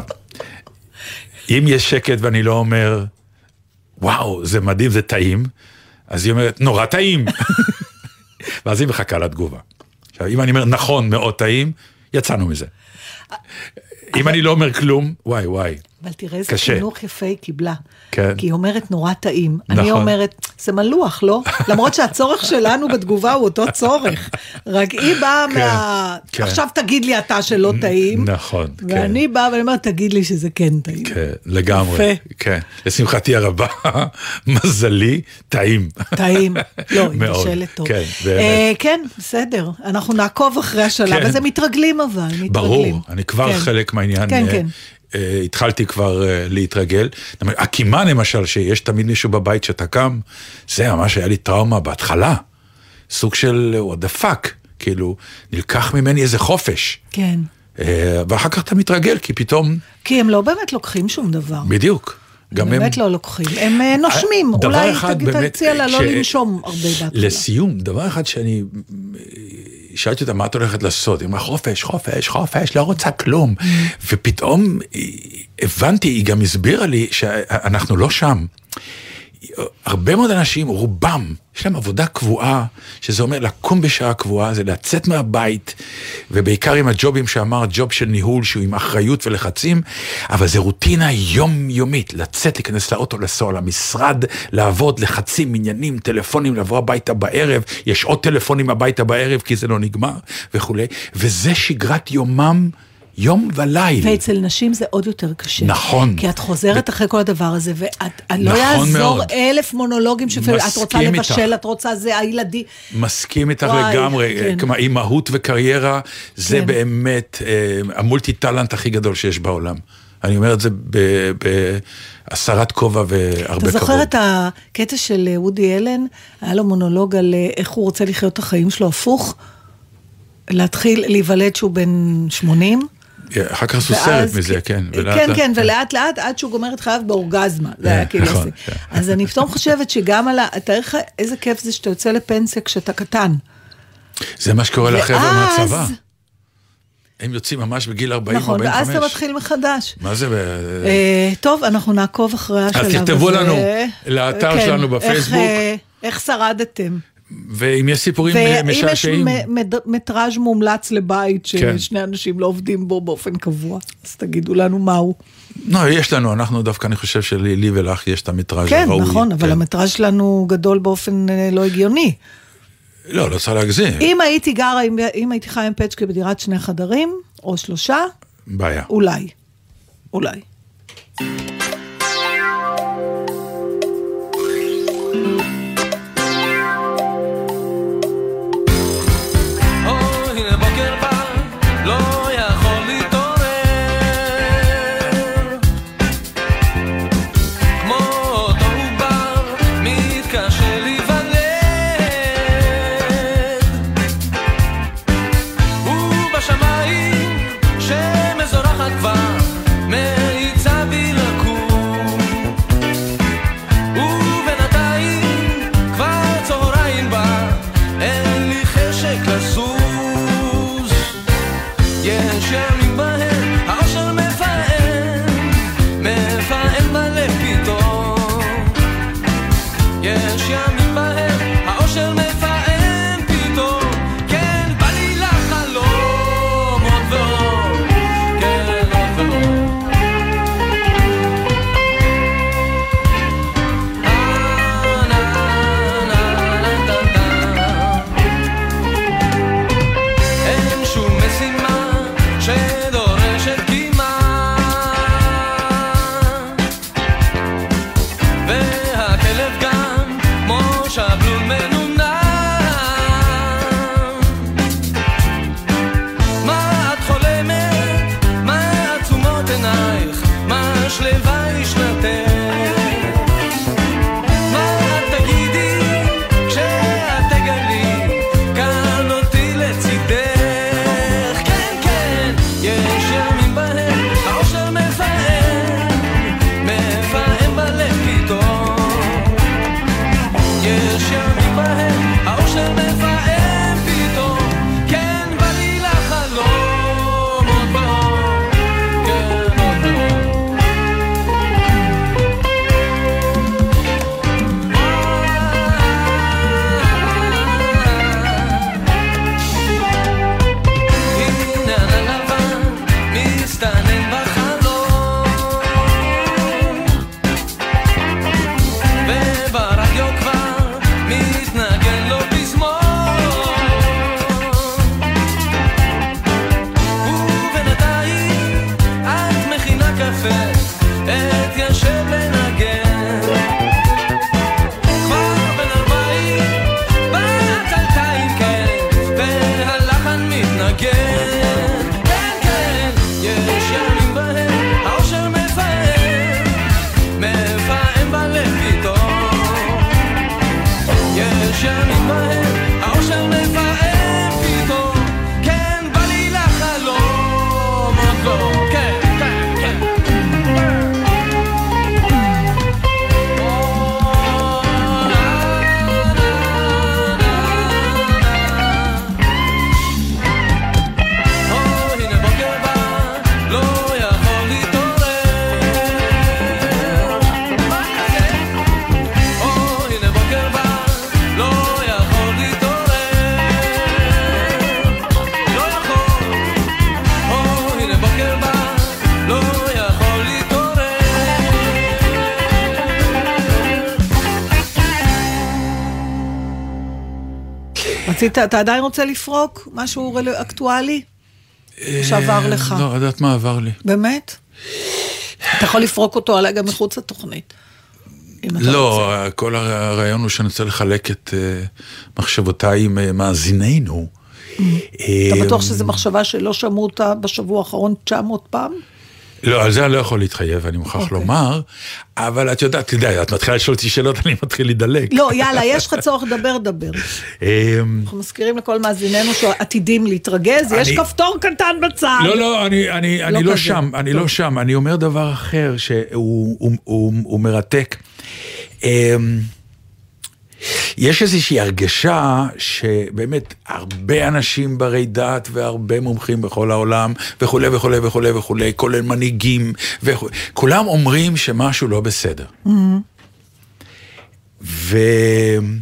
אם יש שקט ואני לא אומר, וואו, זה מדהים, זה טעים, אז היא אומרת, נורא טעים, ואז היא מחכה לתגובה. עכשיו, אם אני אומר, נכון, מאוד טעים, יצאנו מזה. אם אני לא אומר כלום, וואי. אבל תראה איזה חינוך יפה היא קיבלה. כן. כי היא אומרת נורא טעים. אני אומרת, זה מלוח, לא? למרות שהצורך שלנו בתגובה הוא אותו צורך. רק היא באה עכשיו תגיד לי אתה שלא טעים. נכון. ואני באה ואני אומרת, תגיד לי שזה כן טעים. כן, לגמרי. כן. לשמחתי הרבה, מזלי, טעים. טעים. לא, היא משלת טוב. כן, בסדר. אנחנו נעקוב אחרי השלב, וזה מתרגלים אבל. ברור, אני כבר חלק מהעניין. כן, כן. התחלתי כבר להתרגל. הקימה למשל, שיש תמיד מישהו בבית שאתה קם, זה ממש היה לי טראומה בהתחלה. סוג של what the fuck, כאילו, נלקח ממני איזה חופש. כן. ואחר כך אתה מתרגל, כי פתאום... כי הם לא באמת לוקחים שום דבר. בדיוק. הם באמת לא לוקחים. הם נושמים. אולי תציע לה לא לנשום הרבה בהתחלה. לסיום, דבר אחד שאני... שאלתי אותה, מה את הולכת לעשות? היא אמרה, חופש, לא רוצה כלום. ופתאום הבנתי, היא גם הסבירה לי שאנחנו לא שם. הרבה מאוד אנשים, רובם, יש להם עבודה קבועה, שזה אומר לקום בשעה קבועה, זה לצאת מהבית, ובעיקר עם הג'ובים שאמר, ג'וב של ניהול, שהוא עם אחריות ולחצים, אבל זה רוטינה יומיומית, לצאת, להיכנס לאוטו, לנסוע למשרד, לעבוד, לחצים, עניינים, טלפונים, לבוא הביתה בערב, יש עוד טלפונים הביתה בערב, כי זה לא נגמר, וכו'. וזה שגרת יומם, יום וליל. ואצל נשים זה עוד יותר קשה. נכון. כי את חוזרת אחרי כל הדבר הזה, ואת לא יעזור 1000 מונולוגים את רוצה לבשל, את רוצה זה הילדי. מסכים איתך לגמרי, כמו אימהות וקריירה, זה באמת המולטי טלנט הכי גדול שיש בעולם. אני אומר את זה בהסרת כובע והרבה כבוד. אתה זוכר את הקטע של וודי אלן? היה לו מונולוג על איך הוא רוצה לחיות את החיים שלו הפוך? להתחיל להיוולד שהוא בן 80? אחר כך עשו סרט מזה, כן. כן, ולאט לאט, עד שהוא גומר את חייו באורגזמה. זה היה כאילו זה. אז אני פתאום חושבת שגם על תאר לך איזה כיף זה שאתה יוצא לפנסיה כשאתה קטן. זה מה שקורה לחבר'ה מהצבא. הם יוצאים ממש בגיל 40-45. נכון, ואז אתה מתחיל מחדש. מה זה? טוב, אנחנו נעקוב אחרי השלב הזה. אז תכתבו לנו לאתר שלנו בפייסבוק. איך שרדתם? ואם יש סיפורים משעשעים. ואם יש מטראז' מומלץ לבית ששני אנשים לא עובדים בו באופן קבוע, אז תגידו לנו מהו. לא, יש לנו, אנחנו דווקא, אני חושב שלי ולך יש את המטראז' הראוי. כן, נכון, אבל המטראז' שלנו גדול באופן לא הגיוני. לא, לא צריך להגזים. אם הייתי גרה, אם הייתי חיה עם פצ'קה בדירת 2 חדרים, או 3, בעיה. אולי. אתה עדיין רוצה לפרוק? משהו אקטואלי? שעבר לך? לא, יודעת מה עבר לי. באמת? אתה יכול לפרוק אותו עליי גם מחוץ לתוכנית. לא, כל הרעיון הוא שאני רוצה לחלק את מחשבותיי עם מאזיננו. אתה בטוח שזו מחשבה שלא שמעו אותה בשבוע האחרון 900 פעם? לא, על זה אני לא יכול להתחייב, אני מוכרח לומר, אבל את יודעת, את מתחילה לשאול אותי שאלות, אני מתחיל לדלג. לא, יאללה, יש לך צורך דבר. אנחנו מזכירים לכל מאזיננו שעתידים להתרגז, יש כפתור קטן בצד. לא, אני לא שם, אני אומר דבר אחר שהוא מרתק. יש איזושהי הרגשה שבאמת הרבה אנשים ברי דת והרבה מומחים בכל העולם וכולי וכולי וכולי וכולי, כולל מנהיגים וכולם אומרים שמשהו לא בסדר. ואין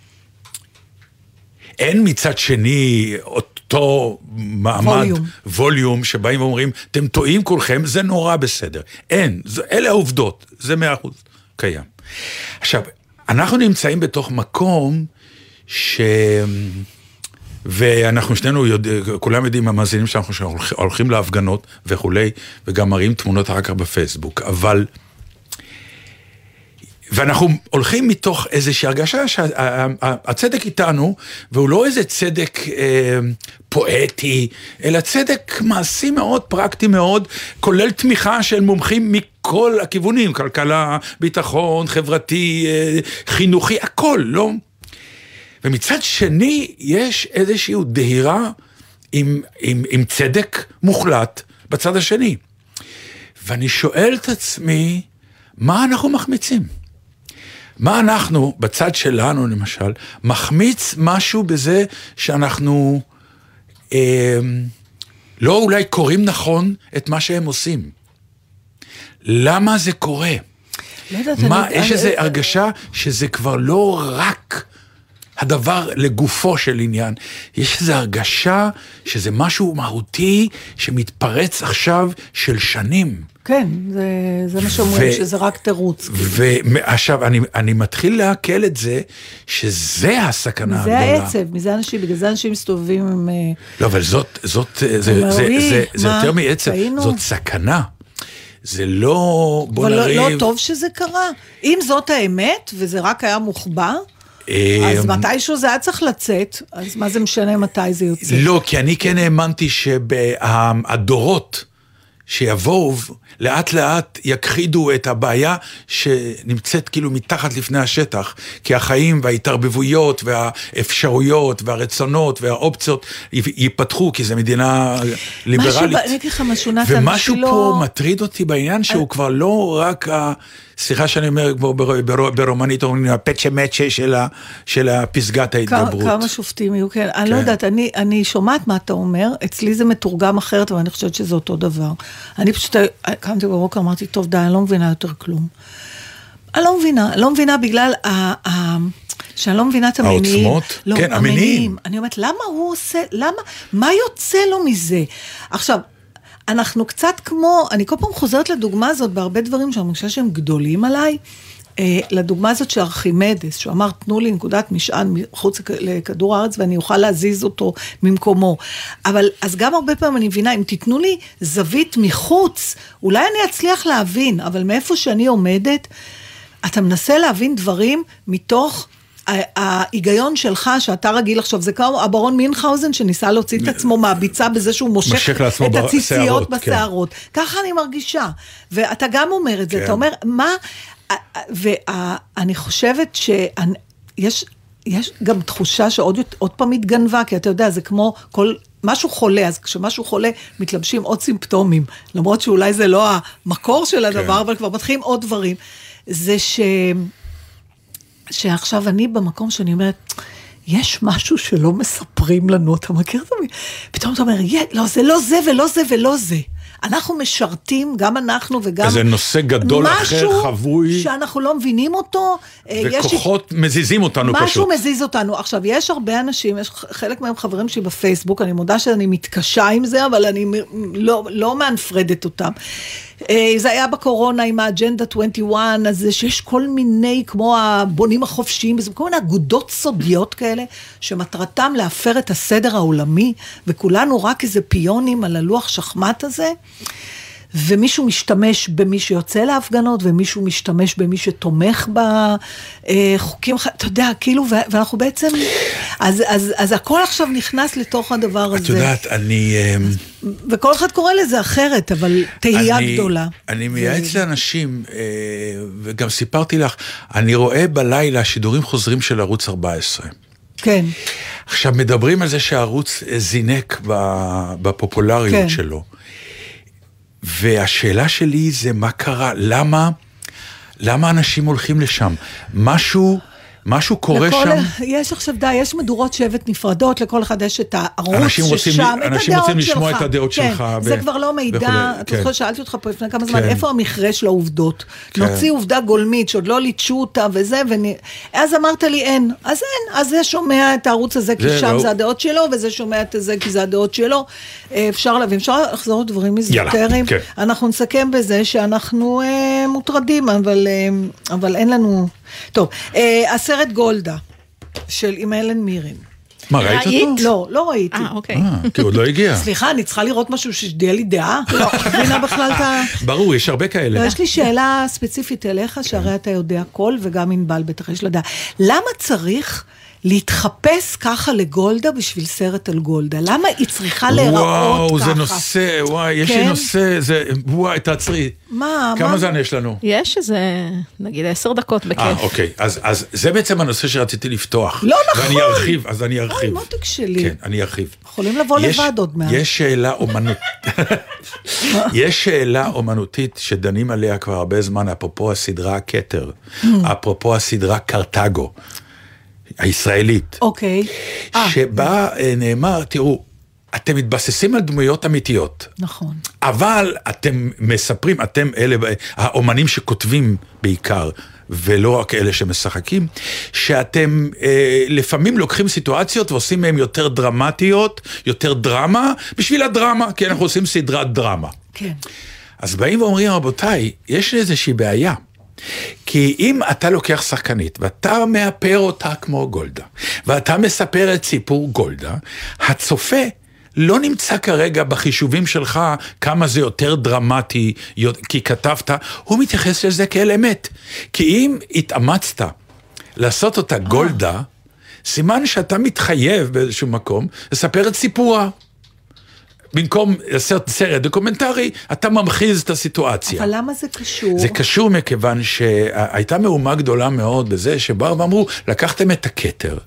מצד שני אותו מעמד, ווליום שבאים ואומרים, אתם טועים כולכם, זה נורא בסדר. אין, אלה העובדות, זה 100% קיים. עכשיו, אנחנו נמצאים בתוך מקום ואנחנו שנינו כולם יודעים, המאזינים שאנחנו הולכים להפגנות וכולי, וגם מראים תמונות אחר כך בפייסבוק, אבל ואנחנו הולכים מתוך איזושהי הרגשה שהצדק איתנו, והוא לא איזה צדק פואטי, אלא צדק מעשי מאוד, פרקטי מאוד, כולל תמיכה של מומחים מכל הכיוונים, כלכלה, ביטחון, חברתי, חינוכי, הכל, לא? ומצד שני, יש איזושהי דהירה עם צדק מוחלט בצד השני. ואני שואל את עצמי, מה אנחנו מחמיצים? מה אנחנו, בצד שלנו למשל, מחמיץ משהו בזה שאנחנו לא אולי קוראים נכון את מה שהם עושים? למה זה קורה? יש איזו הרגשה שזה כבר לא רק הדבר לגופו של עניין, יש איזו הרגשה שזה משהו מהותי שמתפרץ עכשיו של שנים. כן, זה מה שאומרים, שזה רק תירוץ. ועכשיו, אני מתחיל להקל את זה, שזה הסכנה הגדולה. זה העצב, מזה אנשים, בגלל זה אנשים מסתובבים עם... לא, אבל זה יותר מעצב, זאת סכנה. זה לא... אבל לא טוב שזה קרה. אם זאת האמת, וזה רק היה מוחבא, אז מתישהו זה היה צריך לצאת, אז מה זה משנה מתי זה יוצא? לא, כי אני כן האמנתי שהדורות שיבואו לאט לאט יכחידו את הבעיה שנמצאת כאילו מתחת לפני השטח, כי החיים וההתערבבויות והאפשרויות והרצונות והאופציות ייפתחו, כי זו מדינה ליברלית. ומשהו פה מטריד אותי בעניין שהוא כבר לא רק סליחה שאני אומר ברומנית, אומרים, הפצ'ה מצ'ה של הפסגת ההתגברות. כמה שופטים יהיו, כן. אני לא יודעת, אני שומעת מה אתה אומר, אצלי זה מתורגם אחרת, אבל אני חושבת שזה אותו דבר. אני פשוט, קמתי בבוקר, אמרתי, טוב, די, אני לא מבינה יותר כלום. אני לא מבינה בגלל שאני לא מבינה את המניעים. העוצמות? כן, המניעים. אני אומרת, למה הוא עושה, מה יוצא לו מזה? עכשיו, אנחנו קצת כמו, אני כל פעם חוזרת לדוגמה הזאת, בהרבה דברים שאני חושבת שהם גדולים עליי, לדוגמה הזאת של ארכימדס, שהוא אמר, תנו לי נקודת משען מחוץ לכדור הארץ, ואני אוכל להזיז אותו ממקומו. אבל, אז גם הרבה פעמים אני מבינה, אם תיתנו לי זווית מחוץ, אולי אני אצליח להבין, אבל מאיפה שאני עומדת, אתה מנסה להבין דברים מתוך ההיגיון שלך, שאתה רגיל עכשיו, זה כמו הברון מינכאוזן, שניסה להוציא את עצמו מהביצה, בזה שהוא מושך את הציציות בשערות. ככה אני מרגישה. ואתה גם אומר את זה, אתה אומר, מה... ואני חושבת שיש גם תחושה שעוד פעם התגנבה, כי אתה יודע, זה כמו משהו חולה, אז כשמשהו חולה, מתלבשים עוד סימפטומים, למרות שאולי זה לא המקור של הדבר, אבל כבר מתחילים עוד דברים. זה שעכשיו אני במקום שאני אומרת, יש משהו שלא מספרים לנו, אתה מכיר את זה? פתאום אתה אומר, לא, זה לא זה ולא זה ולא זה. אנחנו משרתים, גם אנחנו וגם... איזה נושא גדול אחר, חבוי. משהו שאנחנו לא מבינים אותו. וכוחות מזיזים אותנו פשוט. משהו מזיז אותנו. עכשיו, יש הרבה אנשים, יש חלק מהם חברים שלי בפייסבוק, אני מודה שאני מתקשה עם זה, אבל אני לא מאנפרדת אותם. זה היה בקורונה עם האג'נדה 21, אז שיש כל מיני, כמו הבונים החופשיים, זה כל מיני אגודות סודיות כאלה, שמטרתם להפר את הסדר העולמי, וכולנו רק איזה פיונים על הלוח שחמט הזה, ומישהו משתמש במי שיוצא להפגנות, ומישהו משתמש במי שתומך בחוקים, אתה יודע, כאילו, ואנחנו בעצם, אז הכל עכשיו נכנס לתוך הדבר הזה. את יודעת, וכל אחד קורא לזה אחרת, אבל תהייה גדולה. אני מייעץ לאנשים, וגם סיפרתי לך, אני רואה בלילה שידורים חוזרים של ערוץ 14. כן. עכשיו מדברים על זה שהערוץ זינק בפופולריות שלו. והשאלה שלי זה מה קרה, למה אנשים הולכים לשם? משהו קורה שם? יש עכשיו יש מדורות שבט נפרדות, לכל אחד יש את הערוץ ששם, אנשים רוצים לשמוע את הדעות שלך. זה כבר לא מידע, אתה זוכר, שאלתי אותך פה לפני כמה זמן, איפה המכרה של העובדות? נוציא עובדה גולמית, שעוד לא ליטשו אותה וזה, אז אמרת לי אין, אז זה שומע את הערוץ הזה, כי שם זה הדעות שלו, וזה שומע את זה, כי זה הדעות שלו. אפשר להבין, אפשר לחזור לדברים מזוטרים. אנחנו נסכם בזה שאנחנו מוטרדים, אבל אין לנו... טוב, הסרט גולדה. של עם אלן מירן. מה, ראית אותו? לא ראיתי. אוקיי. כי עוד לא הגיע. סליחה, אני צריכה לראות משהו שתהיה לי דעה? לא, מבינה בכלל את ה... ברור, יש הרבה כאלה. יש לי שאלה ספציפית אליך, שהרי אתה יודע כל, וגם ענבל בטח יש לדעה. למה צריך להתחפש ככה לגולדה בשביל סרט על גולדה? למה היא צריכה להיראות ככה? וואו, זה נושא, וואי, יש לי נושא, וואי, תעצרי. מה? כמה זמן יש לנו? יש איזה, נגיד 10 דקות בכיף. אוקיי, אז זה בעצם הנושא שרציתי לפתוח. לא נכון. ואני ארחיב, אז אני ארחיב. אוי, מותק שלי. כן, אני ארחיב. יכולים לבוא לבד עוד מעט. יש שאלה אומנותית שדנים עליה כבר הרבה זמן, אפרופו הסדרה קטר, אפרופו הסדרה קרטגו. הישראלית. אוקיי. שבה נאמר, תראו, אתם מתבססים על דמויות אמיתיות. נכון. אבל אתם מספרים, אתם אלה, האומנים שכותבים בעיקר, ולא רק אלה שמשחקים, שאתם לפעמים לוקחים סיטואציות ועושים מהם יותר דרמטיות, יותר דרמה, בשביל הדרמה, כי אנחנו עושים סדרת דרמה. כן. אז באים ואומרים, רבותיי, יש איזושהי בעיה. כי אם אתה לוקח שחקנית, ואתה מאפר אותה כמו גולדה, ואתה מספר את סיפור גולדה, הצופה לא נמצא כרגע בחישובים שלך כמה זה יותר דרמטי, כי כתבת, הוא מתייחס לזה כאל אמת. כי אם התאמצת לעשות אותה גולדה, סימן שאתה מתחייב באיזשהו מקום לספר את סיפורה. במקום לעשות סרט דוקומנטרי, אתה ממחיז את הסיטואציה. אבל למה זה קשור? זה קשור מכיוון שהייתה מהומה גדולה מאוד בזה, שבאו ואמרו, לקחתם את הכתר,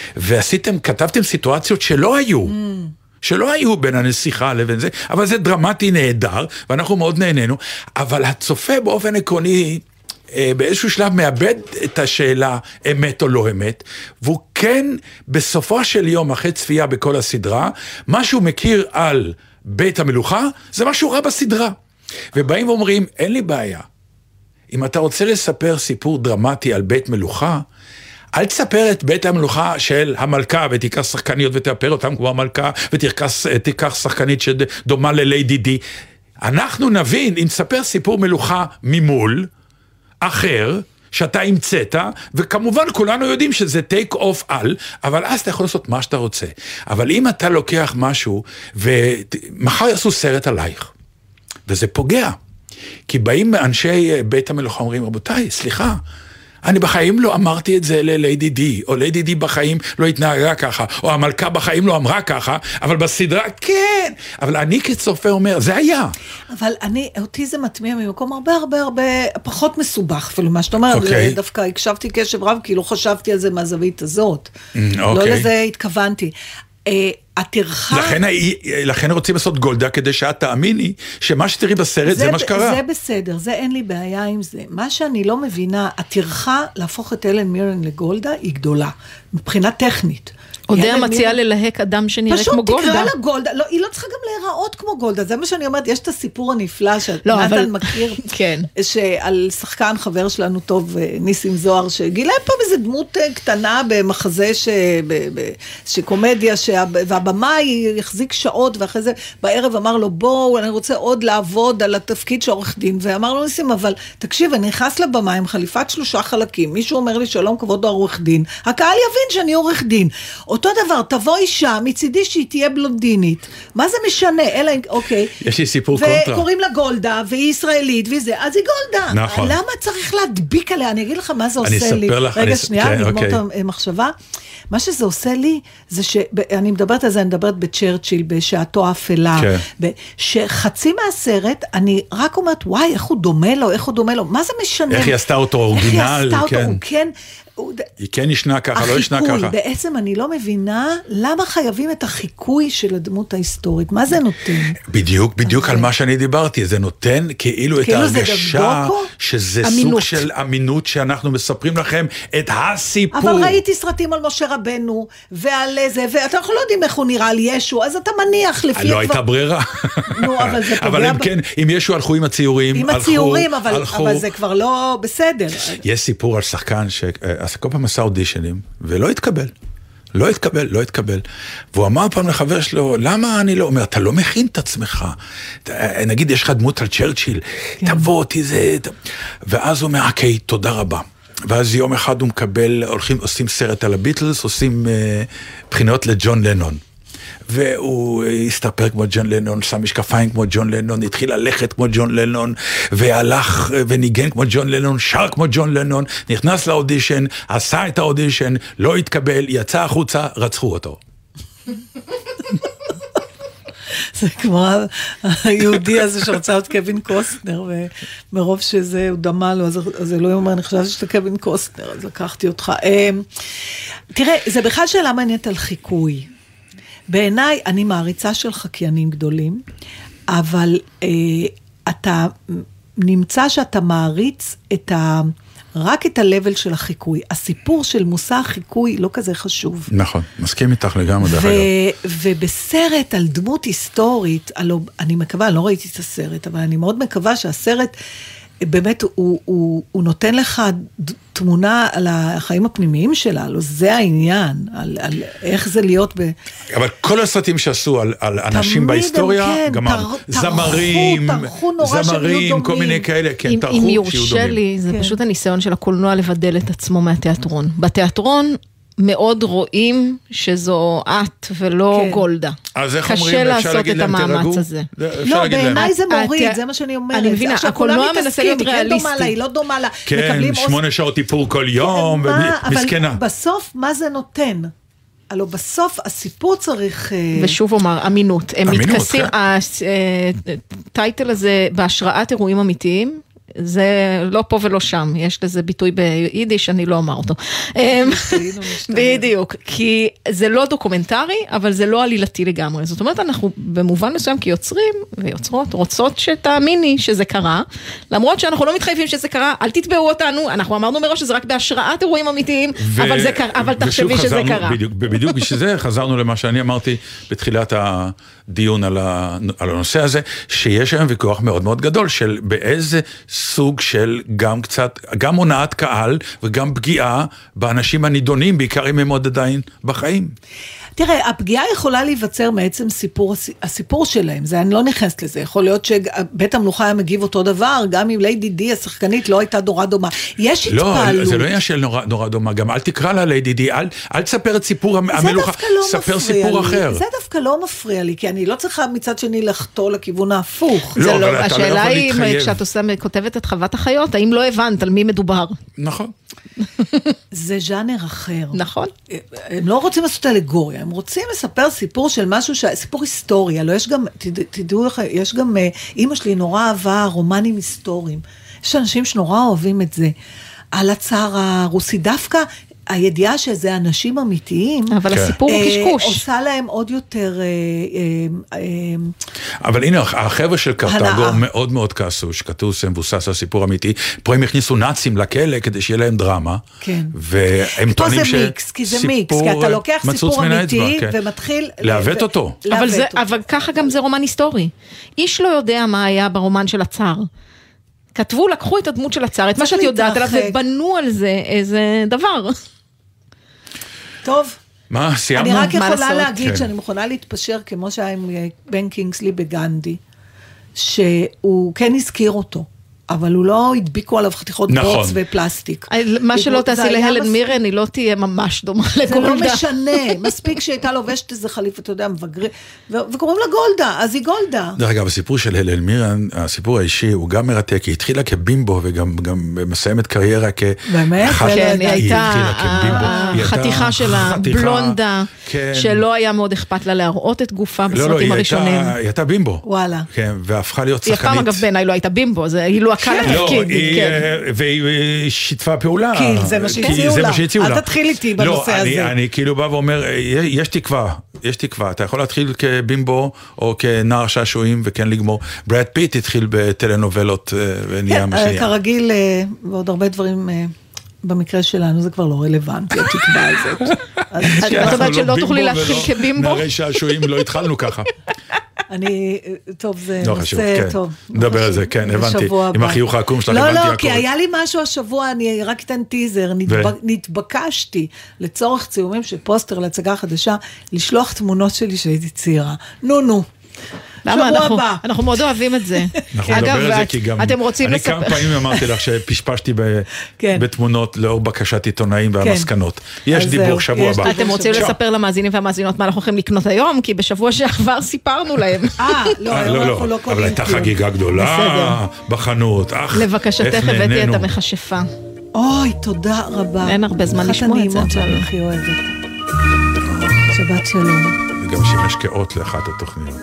כתבתם סיטואציות שלא היו. שלא היו בין הנסיכה לבין זה, אבל זה דרמטי נהדר, ואנחנו מאוד נהנינו, אבל הצופה באופן עקרוני, באיזשהו שלב מאבד את השאלה אמת או לא אמת, והוא כן בסופו של יום אחרי צפייה בכל הסדרה, מה שהוא מכיר על בית המלוכה, זה משהו רע בסדרה. ובאים ואומרים, אין לי בעיה. אם אתה רוצה לספר סיפור דרמטי על בית מלוכה, אל תספר את בית המלוכה של המלכה, ותיקח שחקניות ותאפר אותם כמו המלכה, ותיקח שחקנית שדומה לליידי די. אנחנו נבין, אם תספר סיפור מלוכה ממול, אחר, שאתה המצאת, וכמובן כולנו יודעים שזה טייק אוף על, אבל אז אתה יכול לעשות מה שאתה רוצה. אבל אם אתה לוקח משהו, ומחר יעשו סרט עלייך, וזה פוגע. כי באים אנשי בית המלוכה, אומרים, רבותיי, סליחה, אני בחיים לא אמרתי את זה לליידי די, או ליידי די בחיים לא התנהגה ככה, או המלכה בחיים לא אמרה ככה, אבל בסדרה כן, אבל אני כצופה אומר, זה היה. אבל אותי זה מטמיע ממקום הרבה פחות מסובך, אפילו מה שאתה אומר, דווקא הקשבתי קשב רב, כי לא חשבתי על זה מהזווית הזאת. לא לזה התכוונתי. התרחה... לכן רוצים לעשות גולדה, כדי שאת תאמיני שמה שתראי בסרט זה מה שקרה. זה בסדר, זה אין לי בעיה עם זה. מה שאני לא מבינה, התרחה להפוך את אלן מירן לגולדה היא גדולה, מבחינה טכנית. אודיה מציעה ללהק אדם שנראה כמו גולדה. פשוט תקרא לה גולדה, לא, היא לא צריכה גם להיראות כמו גולדה, זה מה שאני אומרת, יש את הסיפור הנפלא שנתן מכיר, שעל שחקן חבר שלנו טוב, ניסים זוהר, שגילה פה איזו דמות קטנה במחזה שקומדיה, והבמאי יחזיק שעות, ואחרי זה בערב אמר לו, בואו, אני רוצה עוד לעבוד על התפקיד שעורך דין, ואמר לו ניסים, אבל תקשיב, אני נכנס לבמה עם חליפת 3 חלקים, מישהו אומר לי שלום כבוד העורך דין, הקהל יבין שאני עורך דין. אותו דבר, תבוא אישה, מצידי שהיא תהיה בלונדינית. מה זה משנה? אלא, אוקיי. יש לי סיפור קונטרה. וקוראים לה גולדה, והיא ישראלית, וזה, אז היא גולדה. נכון. למה צריך להדביק עליה? אני אגיד לך מה זה עושה לי. רגע, שנייה, אני אגמור את המחשבה. מה שזה עושה לי, זה שאני מדברת על זה, אני מדברת בצ'רצ'יל, בשעתו האפלה, שחצי מהסרט, אני רק אומרת, וואי, איך הוא דומה לו, מה זה משנה? איך היא עשתה אותו אורגינל, כן. היא כן ישנה ככה, לא ישנה ככה. בעצם אני לא מבינה למה חייבים את החיקוי של הדמות ההיסטורית. מה זה נותן? בדיוק על מה שאני דיברתי. זה נותן כאילו את ההרגשה שזה סוג של אמינות שאנחנו מספרים לכם את הסיפור. אבל ראיתי סרטים על משה רבנו ועל זה, ואתה לא יודעים איך הוא נראה על ישו, אז אתה מניח לפי... לא הייתה ברירה. נו, אבל זה פוגע... אבל הם כן, אם ישו הלכו עם הציורים, עם הציורים, אבל זה כבר לא בסדר. יש סיפור על שחקן אז כל פעם עשה אודישנים, ולא התקבל. לא התקבל. והוא אמר פעם לחבר שלו, למה אני לא אומר, אתה לא מכין את עצמך. נגיד, יש לך דמות על צ'רצ'יל, תבוא אותי זה... ואז הוא אומר, אוקיי, תודה רבה. ואז יום אחד הוא מקבל, עושים סרט על הביטלס, עושים בחינות לג'ון לנון. והוא הסתפר כמו ג'ון לנון, שם משקפיים כמו ג'ון לנון, התחיל ללכת כמו ג'ון לנון, והלך וניגן כמו ג'ון לנון, שר כמו ג'ון לנון, נכנס לאודישן, עשה את האודישן, לא התקבל, יצא החוצה, רצחו אותו. זה כמו היהודי הזה שרצה את קווין קוסטנר, ומרוב שזה הוא דמה לו, אז אלוהים אומר, אני חושבת שאתה קווין קוסטנר, אז לקחתי אותך. תראה, זה בכלל שאלה מעניינת על חיקוי. בעיניי, אני מעריצה של חקיינים גדולים, אבל אתה נמצא שאתה מעריץ רק את הלבל של החיקוי. הסיפור של מושא החיקוי לא כזה חשוב. נכון, מסכים איתך לגמרי. ובסרט על דמות היסטורית, אני מקווה, אני לא ראיתי את הסרט, אבל אני מאוד מקווה שהסרט, באמת הוא נותן לך תמונה על החיים הפנימיים שלה, לא זה העניין, על איך זה להיות אבל כל הסרטים שעשו על אנשים בהיסטוריה, גם זמרים, כל מיני כאלה, כן, טרחו אם יורשה לי, זה פשוט הניסיון של הקולנוע לבדל את עצמו מהתיאטרון. בתיאטרון מאוד רואים שזו את ולא גולדה. אז איך אומרים, אפשר להגיד להם תרגעו? לא, בעיניי זה מוריד, זה מה שאני אומרת. אני מבינה, הקולנוע מנסה להיות ריאליסטי. היא לא דומה לה. כן, 8 שעות טיפור כל יום, מסכנה. אבל בסוף, מה זה נותן? הלוא בסוף הסיפור צריך... ושוב אומר, אמינות. הם מתכסים, הטייטל הזה בהשראת אירועים אמיתיים, זה לא פה ולא שם, יש לזה ביטוי ביידיש, אני לא אומר אותו. בדיוק, כי זה לא דוקומנטרי, אבל זה לא עלילתי לגמרי. זאת אומרת, אנחנו במובן מסוים כיוצרים ויוצרות, רוצות שתאמיני שזה קרה, למרות שאנחנו לא מתחייבים שזה קרה, אל תתבעו אותנו, אנחנו אמרנו מראש שזה רק בהשראת אירועים אמיתיים, אבל תחשבי שזה קרה. בדיוק בשביל זה חזרנו למה שאני אמרתי בתחילת הדיון על הנושא הזה, שיש היום ויכוח מאוד מאוד גדול של באיזה סוג של גם הונאת קהל וגם פגיעה באנשים הנידונים, בעיקר אם הם עוד עדיין בחיים. תראה, הפגיעה יכולה להיווצר מעצם הסיפור שלהם, זה אני לא נכנסת לזה, יכול להיות שבית המלוכה היה מגיב אותו דבר, גם אם ליידי די השחקנית לא הייתה נורא דומה. יש התפעלות. לא, זה לא היה של נורא דומה, גם אל תקרא לה ליידי די, אל תספר את סיפור המלוכה, ספר סיפור אחר. זה דווקא לא מפריע לי, כי אני לא צריכה מצד שני לחתור לכיוון ההפוך. השאלה היא, כשאת כותבת את חוות החיות, האם לא הבנת על מי מדובר? נכון. זה ז'אנר אחר. נכון. הם לא רוצים לעשות אלגוריה, הם רוצים לספר סיפור של משהו, סיפור היסטוריה, לא יש גם, תדעו לך, יש גם, אמא שלי נורא אהבה רומנים היסטוריים, יש אנשים שנורא אוהבים את זה, על הצער הרוסי, דווקא הידיעה שזה אנשים אמיתיים, אבל הסיפור הוא קשקוש. עושה להם עוד יותר... אבל הנה, החבר'ה של קרתגו מאוד מאוד כעסו, שכתוב שמבוסס על סיפור אמיתי, פה הם הכניסו נאצים לכלא כדי שיהיה להם דרמה, והם טוענים כי זה מיקס, כי אתה לוקח סיפור אמיתי ומתחיל... לעוות אותו. אבל ככה גם זה רומן היסטורי. איש לא יודע מה היה ברומן של הצאר. כתבו, לקחו את הדמות של הצאר, את מה שאת יודעת עליו, ובנו על זה איזה דבר. טוב. מה, סיימנו? אני רק יכולה להגיד שאני מוכנה להתפשר, כמו שהיה עם בן קינגסלי בגנדי, שהוא כן הזכיר אותו, אבל הוא לא הדביקו עליו חתיכות בוץ ופלסטיק. מה שלא תעשי להלן מירן, היא לא תהיה ממש דומה לגולדה. זה לא משנה, מספיק שהייתה לובשת איזה חליף, אתה יודע, מבגרי, וקוראים לה גולדה, אז היא גולדה. דרך אגב, הסיפור של הלן מירן, הסיפור האישי, הוא גם מרתק, היא התחילה כבימבו, וגם מסיימת קריירה באמת? כן, היא הייתה החתיכה שלה, בלונדה, שלא היה מאוד אכפת לה להראות את גופה בסרטים הראשונים. היא הייתה בימבו. וואלה. כן, והפכה להיות שחקנית. היא הפעם אגב בעיניי לא הייתה בימבו, זה לא הקל התפקיד. והיא שיתפה פעולה. כי זה מה שהציעו לה. אל תתחיל איתי בנושא הזה. אני כאילו בא ואומר, יש תקווה. אתה יכול להתחיל כבימבו או כנער שעשועים וכן לגמור. ברד פיט התחיל בטלנובלות ונהיה מה שנהיה. כרגיל, ועוד הרבה דברים במקרה שלנו, זה כבר לא רלוונטי, התקווה הזאת. זאת אומרת שלא תוכלי להתחיל כבימבו? נערי שעשועים לא התחלנו ככה. טוב, זה נושא טוב. נדבר על זה, כן, הבנתי. עם החיוך העקום שלך, הבנתי הכל. לא, כי היה לי משהו השבוע, אני רק אתן טיזר, נתבקשתי לצורך צילומים של פוסטר להצגה חדשה, לשלוח תמונות שלי שהייתי צעירה. נו. למה אנחנו מאוד אוהבים את זה. אנחנו נדבר על זה כי גם... אתם רוצים אני לספר... כמה פעמים אמרתי לך שפשפשתי בתמונות לאור בקשת עיתונאים והמסקנות. יש דיבור שבוע הבא. אתם רוצים לספר למאזינים והמאזינות מה אנחנו הולכים לקנות היום? כי בשבוע שעבר סיפרנו להם. לא, אבל הייתה חגיגה גדולה בחנות. לבקשתך הבאתי את המכשפה. אוי, תודה רבה. אין הרבה זמן לשמוע את זה. אחת הנעימות שאני הכי אוהבת. שבת שלום. וגם שימש כאות לאחת התוכניות.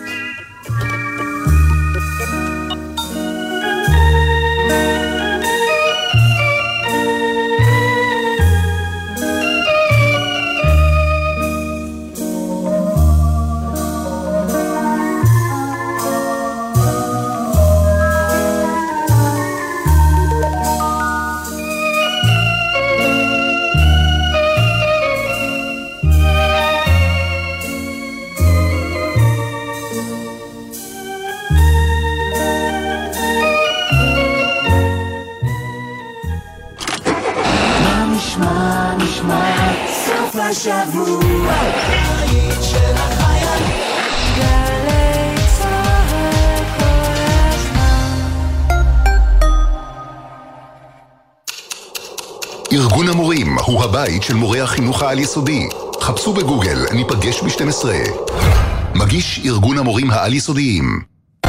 השבוע היית של החייל גלי צהל כל הזמן. ארגון המורים הוא הבית של מורי החינוך העל יסודי. חפשו בגוגל, ניפגש ב-12. מגיש ארגון המורים העל יסודיים.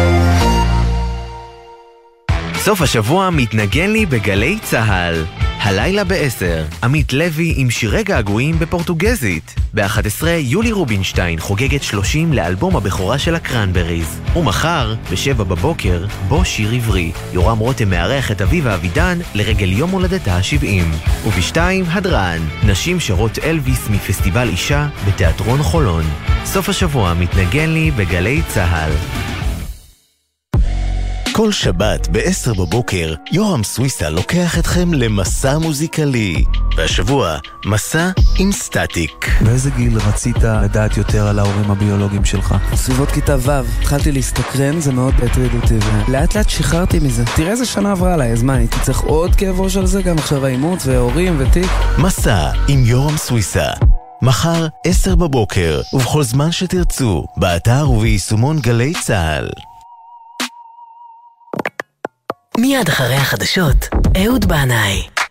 סוף השבוע מתנגן לי בגלי צהל. הלילה ב-10, עמית לוי עם שירי געגועים בפורטוגזית. ב-11, יולי רובינשטיין חוגגת 30 לאלבום הבכורה של הקרנבריז. ומחר, ב-7 בבוקר, בו שיר עברי. יורם רותם מארח את אביבה אבידן לרגל יום הולדתה ה-70. וב-2, הדרן, נשים שרות אלוויס מפסטיבל אישה בתיאטרון חולון. סוף השבוע מתנגן לי בגלי צהל. כל שבת ב-10 בבוקר, יורם סוויסה לוקח אתכם למסע מוזיקלי. והשבוע, מסע עם סטטיק. באיזה גיל רצית לדעת יותר על ההורים הביולוגיים שלך? סביבות כיתה ו', התחלתי להסתקרן, זה מאוד הטריד אותי, ולאט לאט שחררתי מזה. תראה איזה שנה עברה עליי, אז מה, הייתי צריך עוד כאב ראש על זה, גם עכשיו האימוץ וההורים ותיק? מסע עם יורם סוויסה. מחר, 10 בבוקר, ובכל זמן שתרצו, באתר וביישומון גלי צהל. מיד אחרי החדשות, אהוד בנאי.